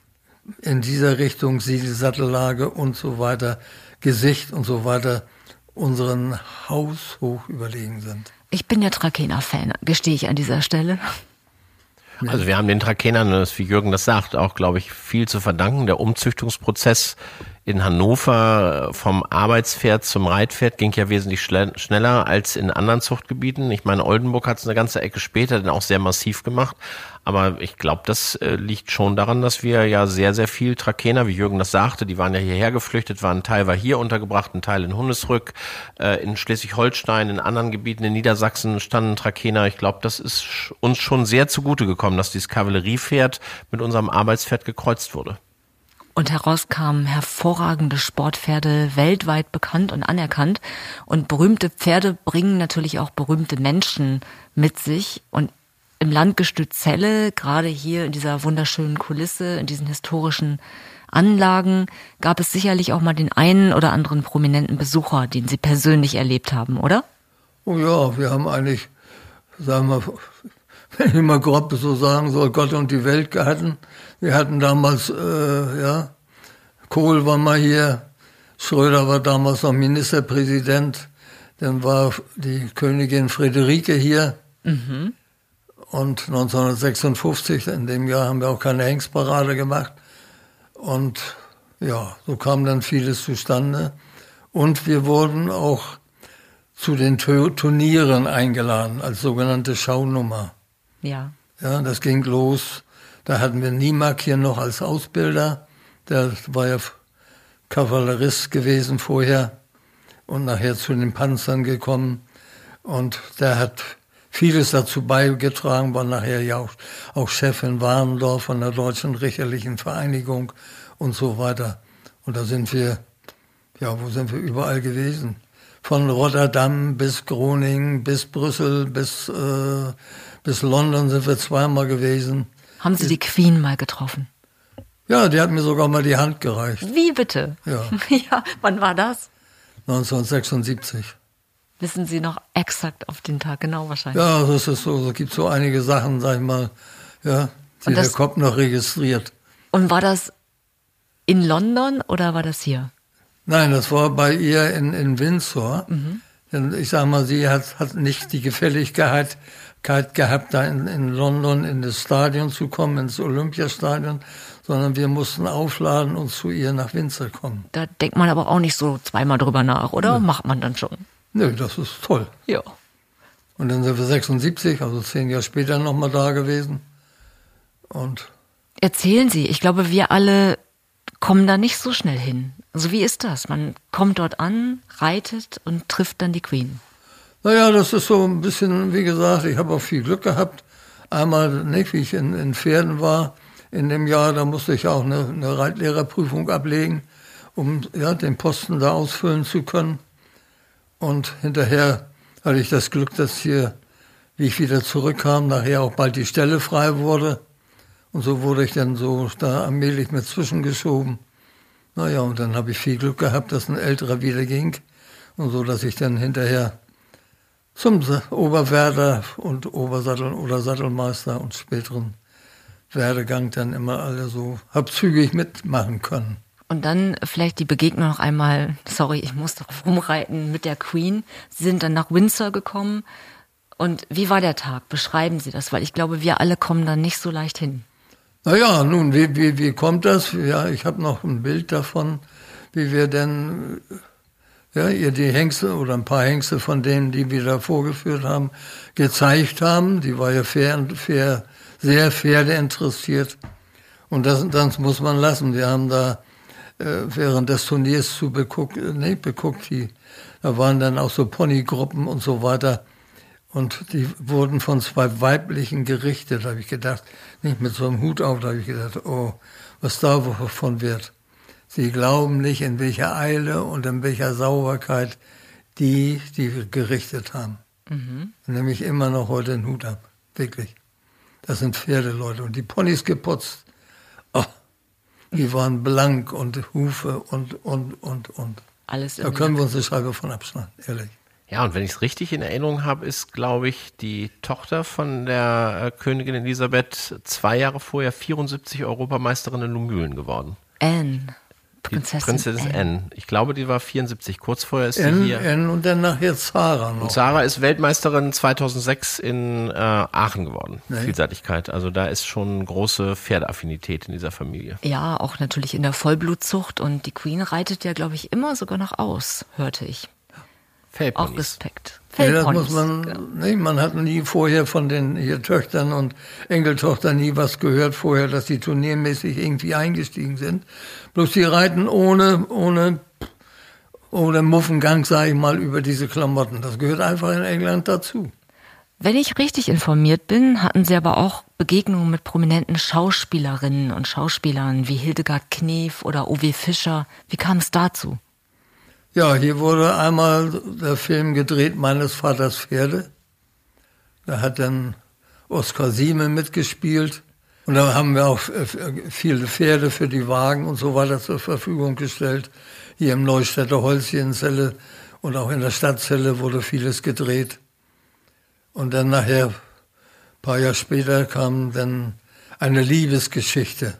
in dieser Richtung, Siedelsatellage und so weiter, Gesicht und so weiter, unseren Haus hoch überlegen sind. Ich bin ja Trakehner-Fan, gestehe ich an dieser Stelle. Also wir haben den Trakenern, wie Jürgen das sagt, auch, glaube ich, viel zu verdanken. Der Umzüchtungsprozess in Hannover vom Arbeitspferd zum Reitpferd ging ja wesentlich schneller als in anderen Zuchtgebieten. Ich meine, Oldenburg hat es eine ganze Ecke später dann auch sehr massiv gemacht. Aber ich glaube, das äh, liegt schon daran, dass wir ja sehr, sehr viel Trakener, wie Jürgen das sagte, die waren ja hierher geflüchtet, waren ein Teil war hier untergebracht, ein Teil in Hundesrück, äh, in Schleswig-Holstein, in anderen Gebieten in Niedersachsen standen Trakener. Ich glaube, das ist uns schon sehr zugute gekommen, dass dieses Kavalleriepferd mit unserem Arbeitspferd gekreuzt wurde. Und heraus kamen hervorragende Sportpferde, weltweit bekannt und anerkannt. Und berühmte Pferde bringen natürlich auch berühmte Menschen mit sich. Und im Landgestüt Celle, gerade hier in dieser wunderschönen Kulisse, in diesen historischen Anlagen, gab es sicherlich auch mal den einen oder anderen prominenten Besucher, den Sie persönlich erlebt haben, oder? Oh ja, wir haben eigentlich, sagen wir, wenn ich mal grob so sagen soll, Gott und die Welt hatten. Wir hatten damals, äh, ja, Kohl war mal hier, Schröder war damals noch Ministerpräsident, dann war die Königin Friederike hier. Mhm. Und neunzehnhundertsechsundfünfzig, in dem Jahr, haben wir auch keine Hengstparade gemacht. Und ja, so kam dann vieles zustande. Und wir wurden auch zu den Turnieren eingeladen, als sogenannte Schaunummer. Ja. Ja, das ging los. Da hatten wir Niemark hier noch als Ausbilder. Der war ja Kavallerist gewesen vorher und nachher zu den Panzern gekommen. Und der hat vieles dazu beigetragen, war nachher ja auch, auch Chef in Warendorf von der Deutschen Richterlichen Vereinigung und so weiter. Und da sind wir, ja, wo sind wir überall gewesen? Von Rotterdam bis Groningen, bis Brüssel, bis, äh, bis London sind wir zweimal gewesen. Haben Sie die Queen mal getroffen? Ja, die hat mir sogar mal die Hand gereicht. Wie bitte? Ja. Ja, wann war das? neunzehnhundertsechsundsiebzig. Wissen Sie noch exakt auf den Tag genau wahrscheinlich? Ja, das ist so. Es gibt so einige Sachen, sag ich mal, ja, die das, der Kopf noch registriert. Und war das in London oder war das hier? Nein, das war bei ihr in, in Windsor. Mhm. Denn ich sag mal, sie hat, hat nicht die Gefälligkeit gehabt, da in, in London in das Stadion zu kommen, ins Olympiastadion, sondern wir mussten aufladen und zu ihr nach Windsor kommen. Da denkt man aber auch nicht so zweimal drüber nach, oder? Nee. Macht man dann schon? Nö, das ist toll. Ja. Und dann sind wir sechsundsiebzig, also zehn Jahre später nochmal da gewesen. Und erzählen Sie, ich glaube, wir alle kommen da nicht so schnell hin. Also wie ist das? Man kommt dort an, reitet und trifft dann die Queen. Naja, das ist so ein bisschen, wie gesagt, ich habe auch viel Glück gehabt. Einmal, nicht, wie ich in, in Pferden war, in dem Jahr, da musste ich auch eine, eine Reitlehrerprüfung ablegen, um ja, den Posten da ausfüllen zu können. Und hinterher hatte ich das Glück, dass hier, wie ich wieder zurückkam, nachher auch bald die Stelle frei wurde. Und so wurde ich dann so da allmählich mit zwischengeschoben. Naja, und dann habe ich viel Glück gehabt, dass ein älterer wieder ging. Und so, dass ich dann hinterher zum Oberwerder und Obersattel oder Sattelmeister und späteren Werdegang dann immer alle so hab zügig mitmachen können. Und dann vielleicht die Begegnung noch einmal, sorry, ich muss drauf rumreiten, mit der Queen. Sie sind dann nach Windsor gekommen. Und wie war der Tag? Beschreiben Sie das, weil ich glaube, wir alle kommen da nicht so leicht hin. Naja, nun, wie, wie, wie kommt das? Ja, ich habe noch ein Bild davon, wie wir denn, ja, ihr die Hengste oder ein paar Hengste von denen, die wir da vorgeführt haben, gezeigt haben. Die war ja fair, fair, sehr pferdeinteressiert. Und das, das muss man lassen. Wir haben da äh, während des Turniers zu beguckt, nee, beguckt, die, da waren dann auch so Ponygruppen und so weiter. Und die wurden von zwei weiblichen gerichtet, da habe ich gedacht, nicht mit so einem Hut auf, da habe ich gedacht, oh, was davon wird. Sie glauben nicht, in welcher Eile und in welcher Sauberkeit die, die gerichtet haben. Mhm. Nämlich immer noch heute den Hut ab, wirklich. Das sind Pferdeleute. Und die Ponys geputzt, oh, die waren blank und Hufe und, und, und, und. Alles da können wir uns eine Scheibe von abschneiden, ehrlich. Ja, und wenn ich es richtig in Erinnerung habe, ist, glaube ich, die Tochter von der äh, Königin Elisabeth zwei Jahre vorher vierundsiebzig Europameisterin in Lumülen geworden. Anne. Prinzessin, Prinzessin Anne. Anne. Ich glaube, die war vierundsiebzig. Kurz vorher ist Anne, sie hier. Anne und dann nachher Zara noch. Und Zara ist Weltmeisterin zweitausendsechs in äh, Aachen geworden. Nee. Vielseitigkeit. Also da ist schon große Pferdeaffinität in dieser Familie. Ja, auch natürlich in der Vollblutzucht. Und die Queen reitet ja, glaube ich, immer sogar noch aus, hörte ich. Fellponys. Auch Respekt. Ja, das muss man, genau. Nee, man hat nie vorher von den hier Töchtern und Enkeltochtern nie was gehört vorher, dass die turniermäßig irgendwie eingestiegen sind. Bloß die reiten ohne, ohne, ohne Muffengang, sage ich mal, über diese Klamotten. Das gehört einfach in England dazu. Wenn ich richtig informiert bin, hatten Sie aber auch Begegnungen mit prominenten Schauspielerinnen und Schauspielern wie Hildegard Knef oder O W Fischer. Wie kam es dazu? Ja, hier wurde einmal der Film gedreht, Meines Vaters Pferde. Da hat dann Oskar Sieme mitgespielt. Und da haben wir auch viele Pferde für die Wagen und so weiter zur Verfügung gestellt. Hier im Neustädter Holzchenzelle und auch in der Stadtzelle wurde vieles gedreht. Und dann nachher paar Jahre später kam dann eine Liebesgeschichte.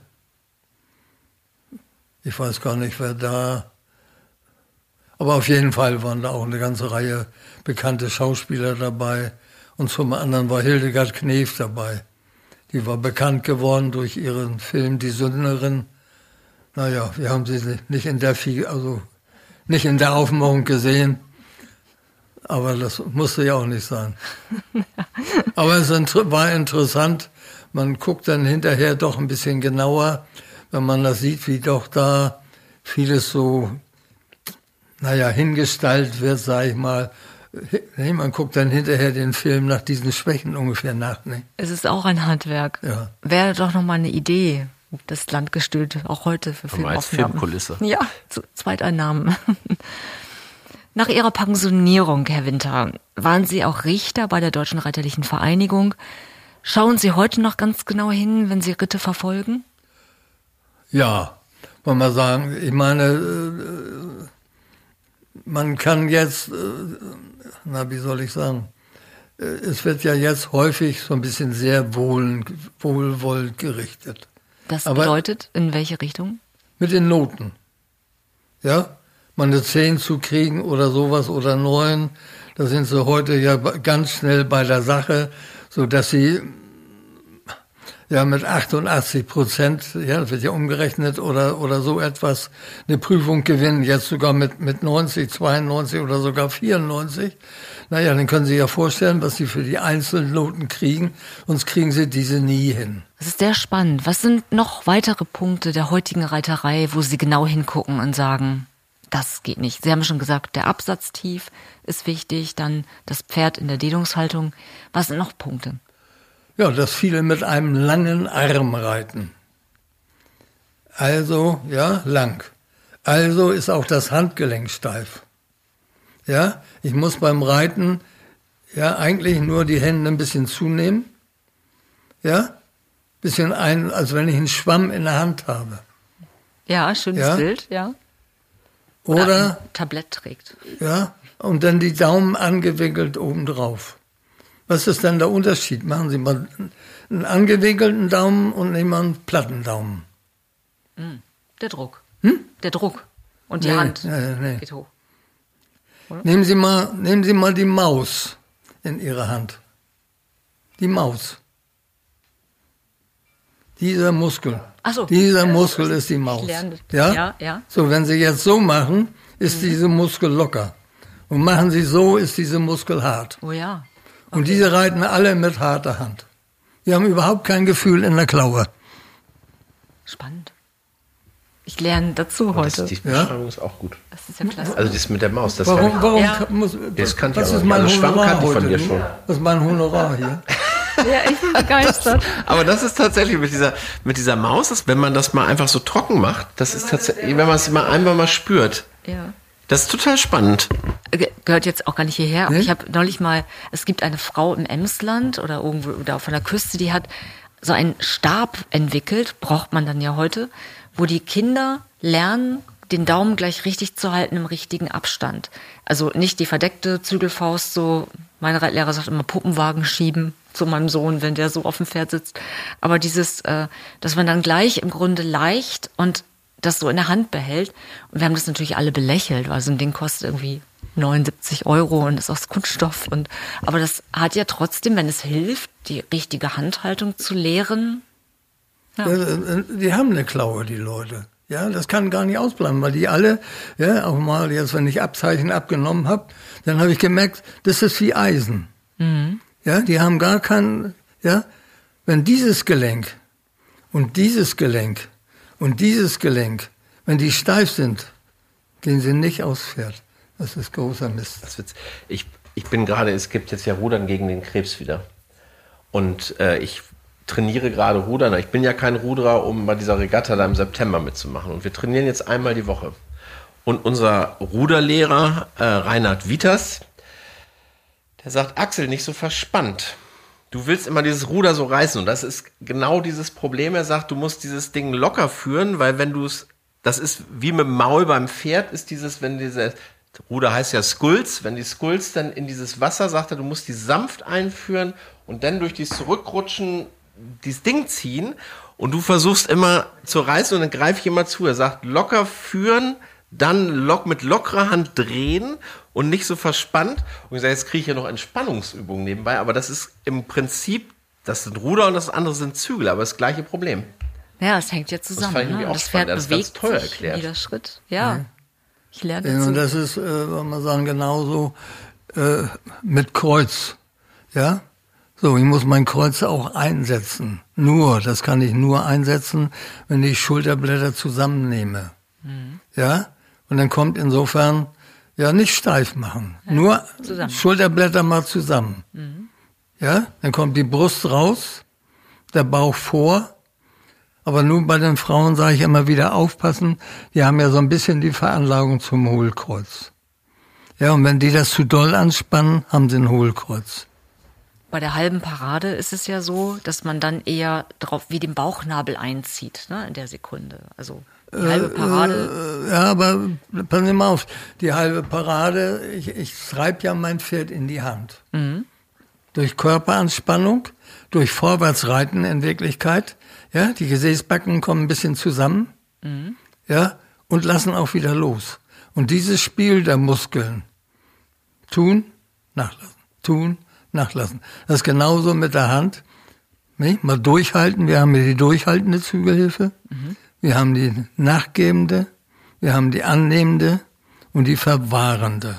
Ich weiß gar nicht, wer da... Aber auf jeden Fall waren da auch eine ganze Reihe bekannte Schauspieler dabei. Und zum anderen war Hildegard Knef dabei. Die war bekannt geworden durch ihren Film Die Sünderin. Naja, wir haben sie nicht in der, also nicht in der Aufmachung gesehen. Aber das musste ja auch nicht sein. Aber es war interessant. Man guckt dann hinterher doch ein bisschen genauer, wenn man das sieht, wie doch da vieles so, naja, hingestaltet wird, sag ich mal. Man guckt dann hinterher den Film nach diesen Schwächen ungefähr nach. Ne? Es ist auch ein Handwerk. Ja. Wäre doch noch mal eine Idee, das Landgestüt auch heute für Filmaufnahmen. Als Filmkulisse. Ja, Zweiteinnahmen. Nach Ihrer Pensionierung, Herr Winter, waren Sie auch Richter bei der Deutschen Reiterlichen Vereinigung. Schauen Sie heute noch ganz genau hin, wenn Sie Ritte verfolgen? Ja, wollen wir sagen, ich meine, man kann jetzt, na, wie soll ich sagen, es wird ja jetzt häufig so ein bisschen sehr wohl, wohlwollend gerichtet. Das Aber bedeutet, in welche Richtung? Mit den Noten. Ja, mal eine zehn zu kriegen oder sowas oder neun, da sind sie heute ja ganz schnell bei der Sache, so dass sie ja mit achtundachtzig Prozent, ja, das wird ja umgerechnet oder oder so etwas, eine Prüfung gewinnen, jetzt sogar mit mit neunzig, zweiundneunzig oder sogar vierundneunzig. Naja, dann können Sie ja vorstellen, was Sie für die einzelnen Noten kriegen, sonst kriegen Sie diese nie hin. Das ist sehr spannend. Was sind noch weitere Punkte der heutigen Reiterei, wo Sie genau hingucken und sagen, das geht nicht? Sie haben schon gesagt, der Absatz tief ist wichtig, dann das Pferd in der Dehnungshaltung. Was sind noch Punkte? Ja, dass viele mit einem langen Arm reiten. Also, ja, lang. Also ist auch das Handgelenk steif. Ja, ich muss beim Reiten ja eigentlich nur die Hände ein bisschen zunehmen. Ja, bisschen ein, als wenn ich einen Schwamm in der Hand habe. Ja, schönes Ja? Bild, ja. Oder, Oder ein Tablett trägt. ja, und dann die Daumen angewinkelt obendrauf. Was ist denn der Unterschied? Machen Sie mal einen angewinkelten Daumen und nehmen mal einen platten Daumen. Der Druck. Hm? Der Druck. Und die Nee, Hand nee, nee. geht hoch. Nehmen Sie mal, nehmen Sie mal die Maus in Ihre Hand. Die Maus. Dieser Muskel. Ach so. Dieser Muskel ist die Maus. Ich lerne das. Ja? Ja, ja. So, wenn Sie jetzt so machen, ist diese Muskel locker. Und machen Sie so, ist diese Muskel hart. Oh ja. Und diese reiten alle mit harter Hand. Die haben überhaupt kein Gefühl in der Klaue. Spannend. Ich lerne dazu heute. Das, die Beschreibung ist auch gut. Das ist ja klasse. Also das mit der Maus, das Warum, kann ich, warum Ja. muss, Das kannte ich was aber ist nicht. mein Also Schwamm Honorar kannte ich von heute? dir schon. Was ist mein Honorar hier? Ja, ich bin begeistert. Aber das ist tatsächlich mit dieser, mit dieser Maus, das, wenn man das mal einfach so trocken macht, das ist tatsächlich, wenn man es mal einmal mal spürt, Ja. das ist total spannend. Ge- Gehört jetzt auch gar nicht hierher, aber Nee? ich habe neulich mal, es gibt eine Frau im Emsland oder irgendwo oder von der Küste, die hat so einen Stab entwickelt, braucht man dann ja heute, wo die Kinder lernen, den Daumen gleich richtig zu halten im richtigen Abstand. Also nicht die verdeckte Zügelfaust, so, mein Reitlehrer sagt immer Puppenwagen schieben zu meinem Sohn, wenn der so auf dem Pferd sitzt. Aber dieses, äh, dass man dann gleich im Grunde leicht und das so in der Hand behält. Und wir haben das natürlich alle belächelt, weil so ein Ding kostet irgendwie neunundsiebzig Euro und ist aus Kunststoff. Und, aber das hat ja trotzdem, wenn es hilft, die richtige Handhaltung zu lehren. Ja. Ja, die haben eine Klaue, die Leute. Ja, das kann gar nicht ausbleiben, weil die alle, ja, auch mal jetzt, wenn ich Abzeichen abgenommen habe, dann habe ich gemerkt, das ist wie Eisen. Mhm. Ja, die haben gar keinen, ja, wenn dieses Gelenk und dieses Gelenk und dieses Gelenk, wenn die steif sind, gehen sie nicht aufs Pferd. Das ist großer Mist. Das wird's. Ich, ich bin gerade, es gibt jetzt ja Rudern gegen den Krebs wieder. Und äh, ich trainiere gerade Rudern. Ich bin ja kein Ruderer, um bei dieser Regatta da im September mitzumachen. Und wir trainieren jetzt einmal die Woche. Und unser Ruderlehrer, äh, Reinhard Wieters, der sagt, Axel, nicht so verspannt. Du willst immer dieses Ruder so reißen. Und das ist genau dieses Problem. Er sagt, du musst dieses Ding locker führen, weil wenn du es, das ist wie mit dem Maul beim Pferd, ist dieses, wenn diese, Ruder heißt ja Skulls. Wenn die Skulls dann in dieses Wasser, sagt er, du musst die sanft einführen und dann durch dieses Zurückrutschen dieses Ding ziehen. Und du versuchst immer zu reißen und dann greife ich immer zu. Er sagt, locker führen, dann lock, mit lockerer Hand drehen und nicht so verspannt. Und ich sage, jetzt kriege ich ja noch Entspannungsübungen nebenbei. Aber das ist im Prinzip, das sind Ruder und das andere sind Zügel, aber das gleiche Problem. Ja, es hängt ja zusammen. Das, ne? auch das Pferd das bewegt ganz toll sich erklärt. jeder Schritt. Ja, ja. Ich lerne ja, dazu. und das ist, äh, wenn man sagen, genauso äh, mit Kreuz. Ja, so, ich muss mein Kreuz auch einsetzen. Nur, das kann ich nur einsetzen, wenn ich Schulterblätter zusammennehme. Mhm. Ja, und dann kommt insofern, ja, nicht steif machen. Ja, nur zusammen. Schulterblätter mal zusammen. Mhm. Ja, dann kommt die Brust raus, der Bauch vor. Aber nun bei den Frauen sage ich immer wieder aufpassen, die haben ja so ein bisschen die Veranlagung zum Hohlkreuz. Ja, und wenn die das zu doll anspannen, haben sie ein Hohlkreuz. Bei der halben Parade ist es ja so, dass man dann eher drauf wie den Bauchnabel einzieht, ne, in der Sekunde. Also die halbe Parade. Äh, ja, aber passen Sie mal auf, die halbe Parade, ich, ich treibe ja mein Pferd in die Hand. Mhm. Durch Körperanspannung, durch Vorwärtsreiten in Wirklichkeit. Ja, die Gesäßbacken kommen ein bisschen zusammen. Mhm. Ja, und lassen auch wieder los. Und dieses Spiel der Muskeln, tun, nachlassen, tun, nachlassen. Das ist genauso mit der Hand. Nee, mal durchhalten. Wir haben hier die durchhaltende Zügelhilfe. Mhm. Wir haben die nachgebende. Wir haben die annehmende und die verwahrende.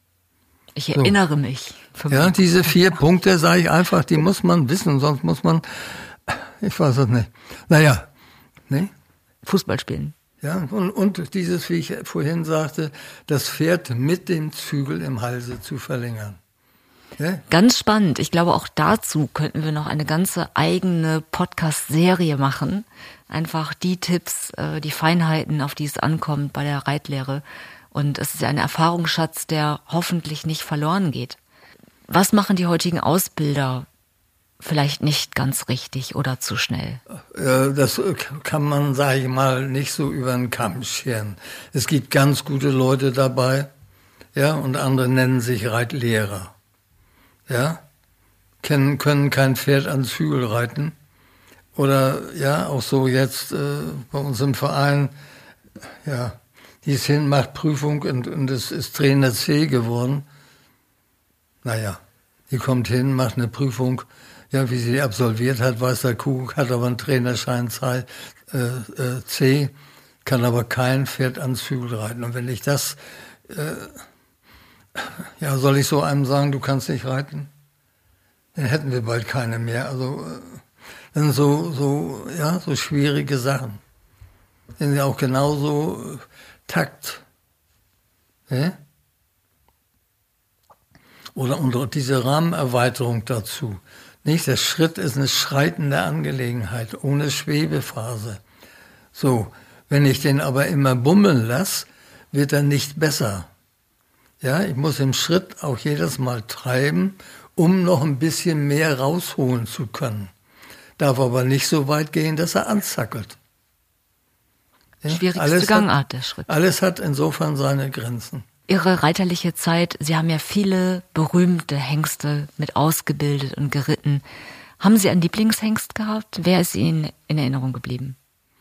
Ich erinnere so. mich. Ja, diese vier Punkte, sage ich einfach, die muss man wissen. Sonst muss man, ich weiß es nicht. Naja, nee. Fußball spielen. Ja, und, und dieses, wie ich vorhin sagte, das Pferd mit dem Zügel im Halse zu verlängern. Ja? Ganz spannend. Ich glaube, auch dazu könnten wir noch eine ganze eigene Podcast-Serie machen. Einfach die Tipps, die Feinheiten, auf die es ankommt bei der Reitlehre. Und es ist ja ein Erfahrungsschatz, der hoffentlich nicht verloren geht. Was machen die heutigen Ausbilder vielleicht nicht ganz richtig oder zu schnell? Das kann man, sage ich mal, nicht so über den Kamm scheren. Es gibt ganz gute Leute dabei, ja, und andere nennen sich Reitlehrer. Ja, können, können kein Pferd an Zügel reiten. Oder ja, auch so jetzt äh, bei uns im Verein, ja, die ist hin, macht Prüfung und, und es ist Trainer C geworden. Naja, die kommt hin, macht eine Prüfung, ja, wie sie die absolviert hat, weiß der Kuckuck, hat aber einen Trainerschein C, äh, äh, C, kann aber kein Pferd an Zügel reiten. Und wenn ich das, äh, ja, soll ich so einem sagen, du kannst nicht reiten? Dann hätten wir bald keine mehr. Also, äh, dann so, so, ja, so schwierige Sachen. Sind ja auch genauso äh, Takt. Ja? Oder und diese Rahmenerweiterung dazu. Nicht? Der Schritt ist eine schreitende Angelegenheit, ohne Schwebephase. So, wenn ich den aber immer bummeln lasse, wird er nicht besser. Ja, ich muss im Schritt auch jedes Mal treiben, um noch ein bisschen mehr rausholen zu können. Darf aber nicht so weit gehen, dass er anzackelt. Ja? Schwierigste Gangart, der Schritt. Alles hat insofern seine Grenzen. Ihre reiterliche Zeit, Sie haben ja viele berühmte Hengste mit ausgebildet und geritten. Haben Sie einen Lieblingshengst gehabt? Wer ist Ihnen in Erinnerung geblieben?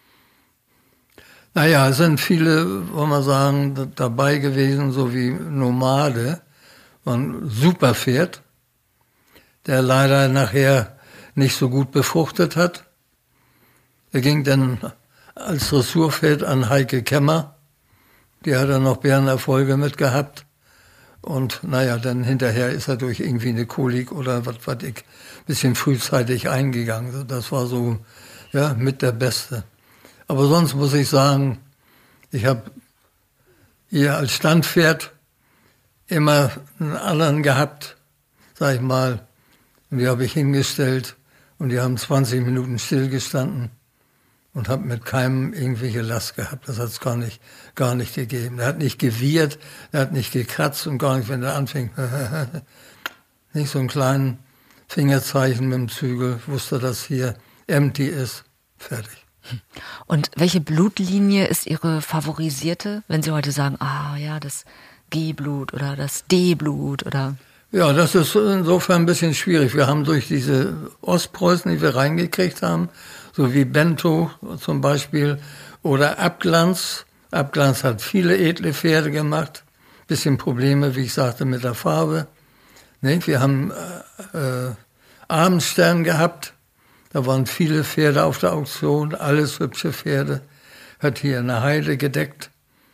Naja, es sind viele, wollen wir sagen, dabei gewesen, so wie Nomade, ein super Pferd, der leider nachher nicht so gut befruchtet hat. Er ging dann als Dressurpferd an Heike Kemmer. Die hat er noch Bärenerfolge mit gehabt. Und naja, dann hinterher ist er durch irgendwie eine Kolik oder was weiß ich, ein bisschen frühzeitig eingegangen. Das war so, ja, mit der Beste. Aber sonst muss ich sagen, ich habe hier als Standpferd immer einen anderen gehabt, sag ich mal. Und die habe ich hingestellt und die haben zwanzig Minuten stillgestanden. Und habe mit keinem irgendwelche Last gehabt. Das hat es gar nicht, gar nicht gegeben. Er hat nicht gewirrt, er hat nicht gekratzt und gar nicht, wenn er anfing, nicht so einen kleinen Fingerzeichen mit dem Zügel, wusste, dass hier empty ist, fertig. Und welche Blutlinie ist Ihre favorisierte, wenn Sie heute sagen, ah ja, das, G-Blut oder das D-Blut oder? Ja, das ist insofern ein bisschen schwierig. Wir haben durch diese Ostpreußen, die wir reingekriegt haben, so wie Bento zum Beispiel oder Abglanz. Abglanz hat viele edle Pferde gemacht. Bisschen Probleme, wie ich sagte, mit der Farbe. Ne? Wir haben äh, äh, Abendstern gehabt. Da waren viele Pferde auf der Auktion, alles hübsche Pferde. Hat hier eine Heide gedeckt.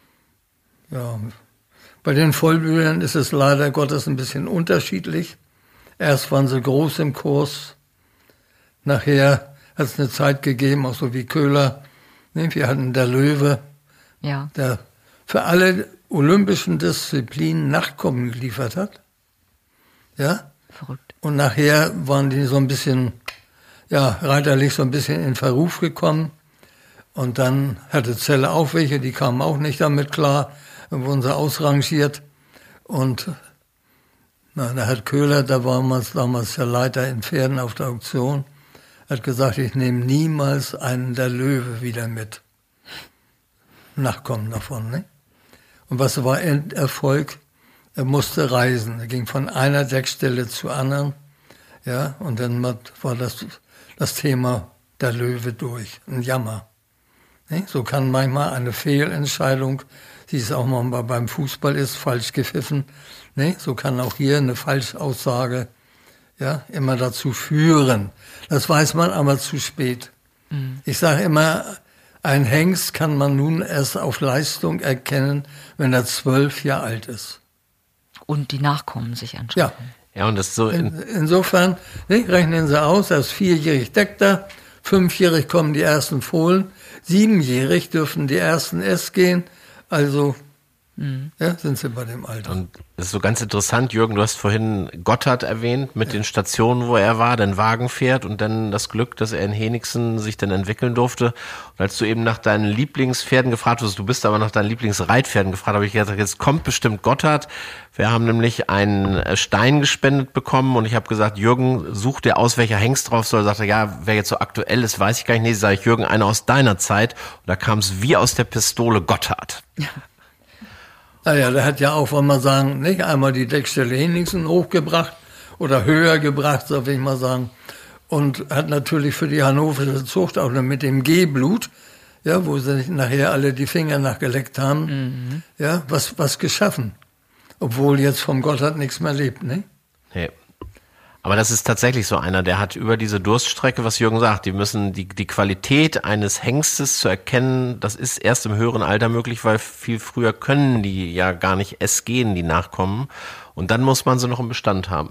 Ja, bei den Vollblütern ist es leider Gottes ein bisschen unterschiedlich. Erst waren sie groß im Kurs. Nachher hat es eine Zeit gegeben, auch so wie Köhler. Ne? Wir hatten der Löwe, ja, der für alle olympischen Disziplinen Nachkommen geliefert hat. Ja? Verrückt. Und nachher waren die so ein bisschen, ja, reiterlich so ein bisschen in Verruf gekommen. Und dann hatte Celle auch welche, die kamen auch nicht damit klar. Dann wurden sie ausrangiert. Und na, da hat Köhler, da war man damals der Leiter in Pferden auf der Auktion, hat gesagt, ich nehme niemals einen der Löwe wieder mit. Nachkommen davon, ne? Und was war Enderfolg? Er musste reisen. Er ging von einer Deckstelle zur anderen. Ja, und dann war das, das Thema der Löwe durch. Ein Jammer. Ne? So kann manchmal eine Fehlentscheidung, die es auch mal beim Fußball ist, falsch gepfiffen. Ne? So kann auch hier eine Falschaussage ja, immer dazu führen. Das weiß man aber zu spät. Mhm. Ich sage immer, ein Hengst kann man nun erst auf Leistung erkennen, wenn er zwölf Jahre alt ist. Und die Nachkommen sich anschauen. Ja. Ja, und das ist so. In In, insofern, ne, rechnen Sie aus, er ist vierjährig deckt er, fünfjährig kommen die ersten Fohlen, siebenjährig dürfen die ersten S gehen, also mhm. ja, sind sie bei dem Alter. Und das ist so ganz interessant, Jürgen, du hast vorhin Gotthard erwähnt, mit ja. den Stationen, wo er war, dann Wagenpferd und dann das Glück, dass er in Henigsen sich dann entwickeln durfte. Und als du eben nach deinen Lieblingspferden gefragt hast, du bist aber nach deinen Lieblingsreitpferden gefragt, habe ich gesagt, jetzt kommt bestimmt Gotthard. Wir haben nämlich einen Stein gespendet bekommen und ich habe gesagt, Jürgen, such dir aus, welcher Hengst drauf soll. Sagt er, ja, wer jetzt so aktuell ist, weiß ich gar nicht. Nee, sage ich, Jürgen, einer aus deiner Zeit. Und da kam es wie aus der Pistole Gotthard. Ja. Naja, der hat ja auch, wollen wir sagen, nicht einmal die Deckstelle Henningsen hochgebracht oder höher gebracht, so will ich mal sagen. Und hat natürlich für die hannoversche Zucht auch mit dem G-Blut, ja, wo sie nachher alle die Finger nachgeleckt haben, mhm. ja, was, was geschaffen. Obwohl jetzt vom Gotthard nichts mehr lebt, ne? Nee. Aber das ist tatsächlich so einer, der hat über diese Durststrecke, was Jürgen sagt, die müssen die, die Qualität eines Hengstes zu erkennen, das ist erst im höheren Alter möglich, weil viel früher können die ja gar nicht es gehen, die Nachkommen. Und dann muss man sie noch im Bestand haben.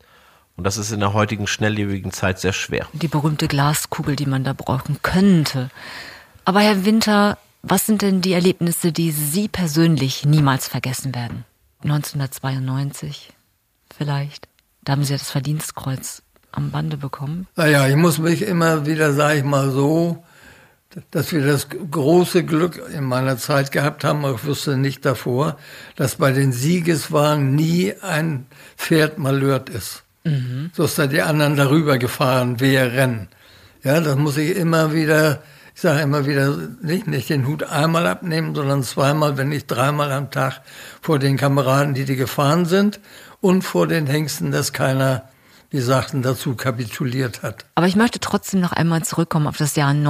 Und das ist in der heutigen schnelllebigen Zeit sehr schwer. Die berühmte Glaskugel, die man da brauchen könnte. Aber Herr Winter, was sind denn die Erlebnisse, die Sie persönlich niemals vergessen werden? neunzehnhundertzweiundneunzig vielleicht. Da haben Sie ja das Verdienstkreuz am Bande bekommen. Naja, ich muss mich immer wieder, sage ich mal so, dass wir das große Glück in meiner Zeit gehabt haben, ich wusste nicht davor, dass bei den Siegeswagen nie ein Pferd malhört ist. Mhm. So dass da die anderen darüber gefahren wären. Ja, das muss ich immer wieder, ich sage immer wieder, nicht, nicht den Hut einmal abnehmen, sondern zweimal, wenn nicht dreimal am Tag vor den Kameraden, die die gefahren sind und vor den Hengsten, dass keiner, wie sagten, dazu kapituliert hat. Aber ich möchte trotzdem noch einmal zurückkommen auf das Jahr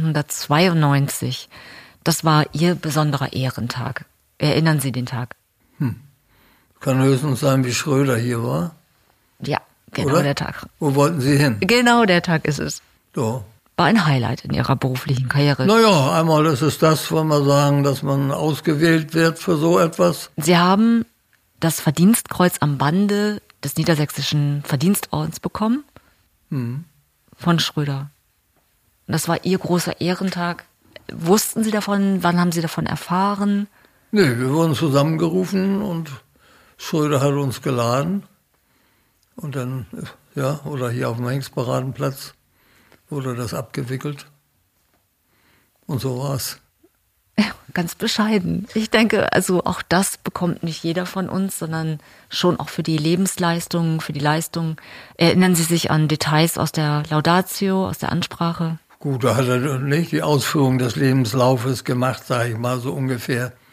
neunzehnhundertzweiundneunzig. Das war Ihr besonderer Ehrentag. Erinnern Sie den Tag? Hm. Kann höchstens sein, wie Schröder hier war. Ja, genau. Oder? Der Tag. Wo wollten Sie hin? Genau, der Tag ist es. So. War ein Highlight in Ihrer beruflichen Karriere. Naja, einmal ist es das, wollen wir sagen, dass man ausgewählt wird für so etwas. Sie haben das Verdienstkreuz am Bande des Niedersächsischen Verdienstordens bekommen, hm. von Schröder. Und das war Ihr großer Ehrentag. Wussten Sie davon? Wann haben Sie davon erfahren? Nee, wir wurden zusammengerufen und Schröder hat uns geladen. Und dann, ja, oder hier auf dem Hengstparadenplatz wurde das abgewickelt. Und so war's. Ganz bescheiden. Ich denke, also auch das bekommt nicht jeder von uns, sondern schon auch für die Lebensleistung, für die Leistung. Erinnern Sie sich an Details aus der Laudatio, aus der Ansprache? Gut, da hat er nicht die Ausführung des Lebenslaufes gemacht, sage ich mal so ungefähr.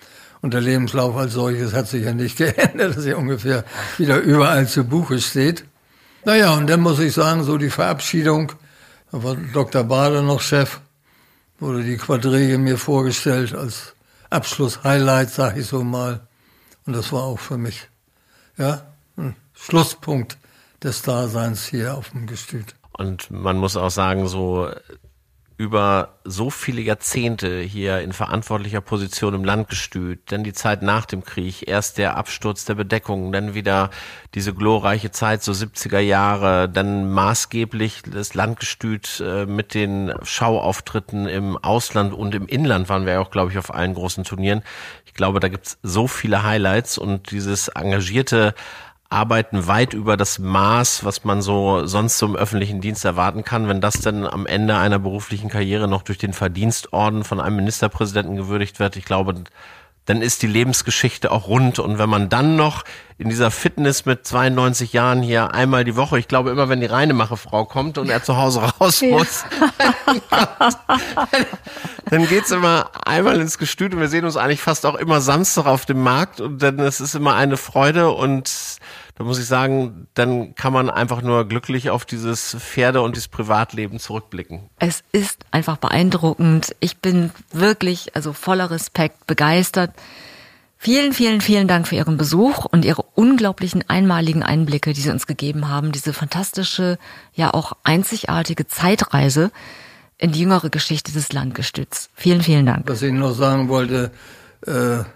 Und der Lebenslauf als solches hat sich ja nicht geändert, dass er ungefähr wieder überall zu Buche steht. Naja, und dann muss ich sagen, so die Verabschiedung, da war Doktor Bader noch Chef, wurde die Quadrille mir vorgestellt als Abschlusshighlight, sag ich so mal. Und das war auch für mich, ja, ein Schlusspunkt des Daseins hier auf dem Gestüt. Und man muss auch sagen, so über so viele Jahrzehnte hier in verantwortlicher Position im Landgestüt, dann die Zeit nach dem Krieg, erst der Absturz der Bedeckung, dann wieder diese glorreiche Zeit, so siebziger Jahre, dann maßgeblich das Landgestüt äh, mit den Schauauftritten im Ausland und im Inland waren wir ja auch, glaube ich, auf allen großen Turnieren. Ich glaube, da gibt's so viele Highlights und dieses engagierte Arbeiten weit über das Maß, was man so sonst so im öffentlichen Dienst erwarten kann. Wenn das dann am Ende einer beruflichen Karriere noch durch den Verdienstorden von einem Ministerpräsidenten gewürdigt wird, ich glaube, dann ist die Lebensgeschichte auch rund. Und wenn man dann noch in dieser Fitness mit zweiundneunzig Jahren hier einmal die Woche, ich glaube immer, wenn die Reinemache-Frau kommt und er zu Hause raus muss, ja. dann geht's immer einmal ins Gestüt und wir sehen uns eigentlich fast auch immer Samstag auf dem Markt und dann es ist immer eine Freude und da muss ich sagen, dann kann man einfach nur glücklich auf dieses Pferde- und dieses Privatleben zurückblicken. Es ist einfach beeindruckend. Ich bin wirklich, also voller Respekt, begeistert. Vielen, vielen, vielen Dank für Ihren Besuch und Ihre unglaublichen einmaligen Einblicke, die Sie uns gegeben haben. Diese fantastische, ja auch einzigartige Zeitreise in die jüngere Geschichte des Landgestüts. Vielen, vielen Dank. Was ich noch sagen wollte, äh,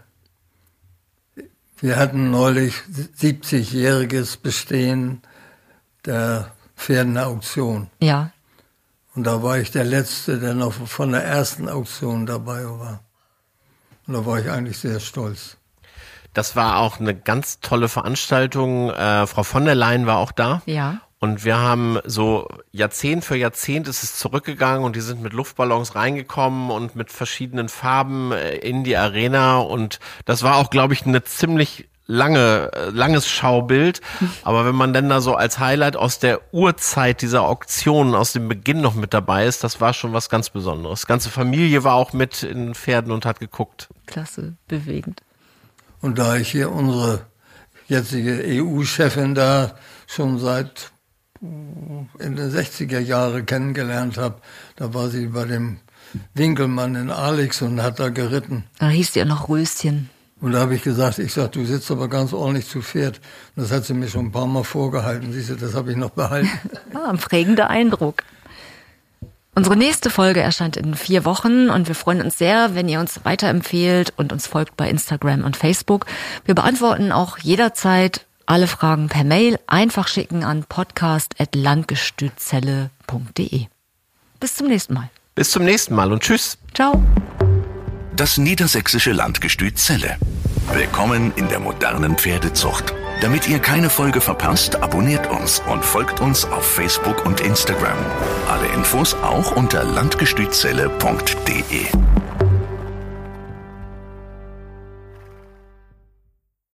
wir hatten neulich siebzigjähriges Bestehen der Pferdener Auktion. Ja. Und da war ich der Letzte, der noch von der ersten Auktion dabei war. Und da war ich eigentlich sehr stolz. Das war auch eine ganz tolle Veranstaltung. Äh, Frau von der Leyen war auch da. Ja. Und wir haben so Jahrzehnt für Jahrzehnt ist es zurückgegangen und die sind mit Luftballons reingekommen und mit verschiedenen Farben in die Arena und das war auch, glaube ich, eine ziemlich lange, langes Schaubild. Aber wenn man denn da so als Highlight aus der Urzeit dieser Auktionen, aus dem Beginn noch mit dabei ist, das war schon was ganz Besonderes. Die ganze Familie war auch mit in Pferden und hat geguckt. Klasse, bewegend. Und da ich hier unsere jetzige E U-Chefin da schon seit in den sechziger Jahre kennengelernt habe. Da war sie bei dem Winkelmann in Alex und hat da geritten. Da hieß sie ja noch Röschen. Und da habe ich gesagt, ich sag, du sitzt aber ganz ordentlich zu Pferd. Und das hat sie mir schon ein paar Mal vorgehalten. Siehst du, das habe ich noch behalten. Ah, ein prägender Eindruck. Unsere nächste Folge erscheint in vier Wochen und wir freuen uns sehr, wenn ihr uns weiterempfehlt und uns folgt bei Instagram und Facebook. Wir beantworten auch jederzeit alle Fragen per Mail, einfach schicken an podcast at landgestützelle punkt de. Bis zum nächsten Mal. Bis zum nächsten Mal und tschüss. Ciao. Das niedersächsische Landgestüt Celle. Willkommen in der modernen Pferdezucht. Damit ihr keine Folge verpasst, abonniert uns und folgt uns auf Facebook und Instagram. Alle Infos auch unter landgestützelle punkt de.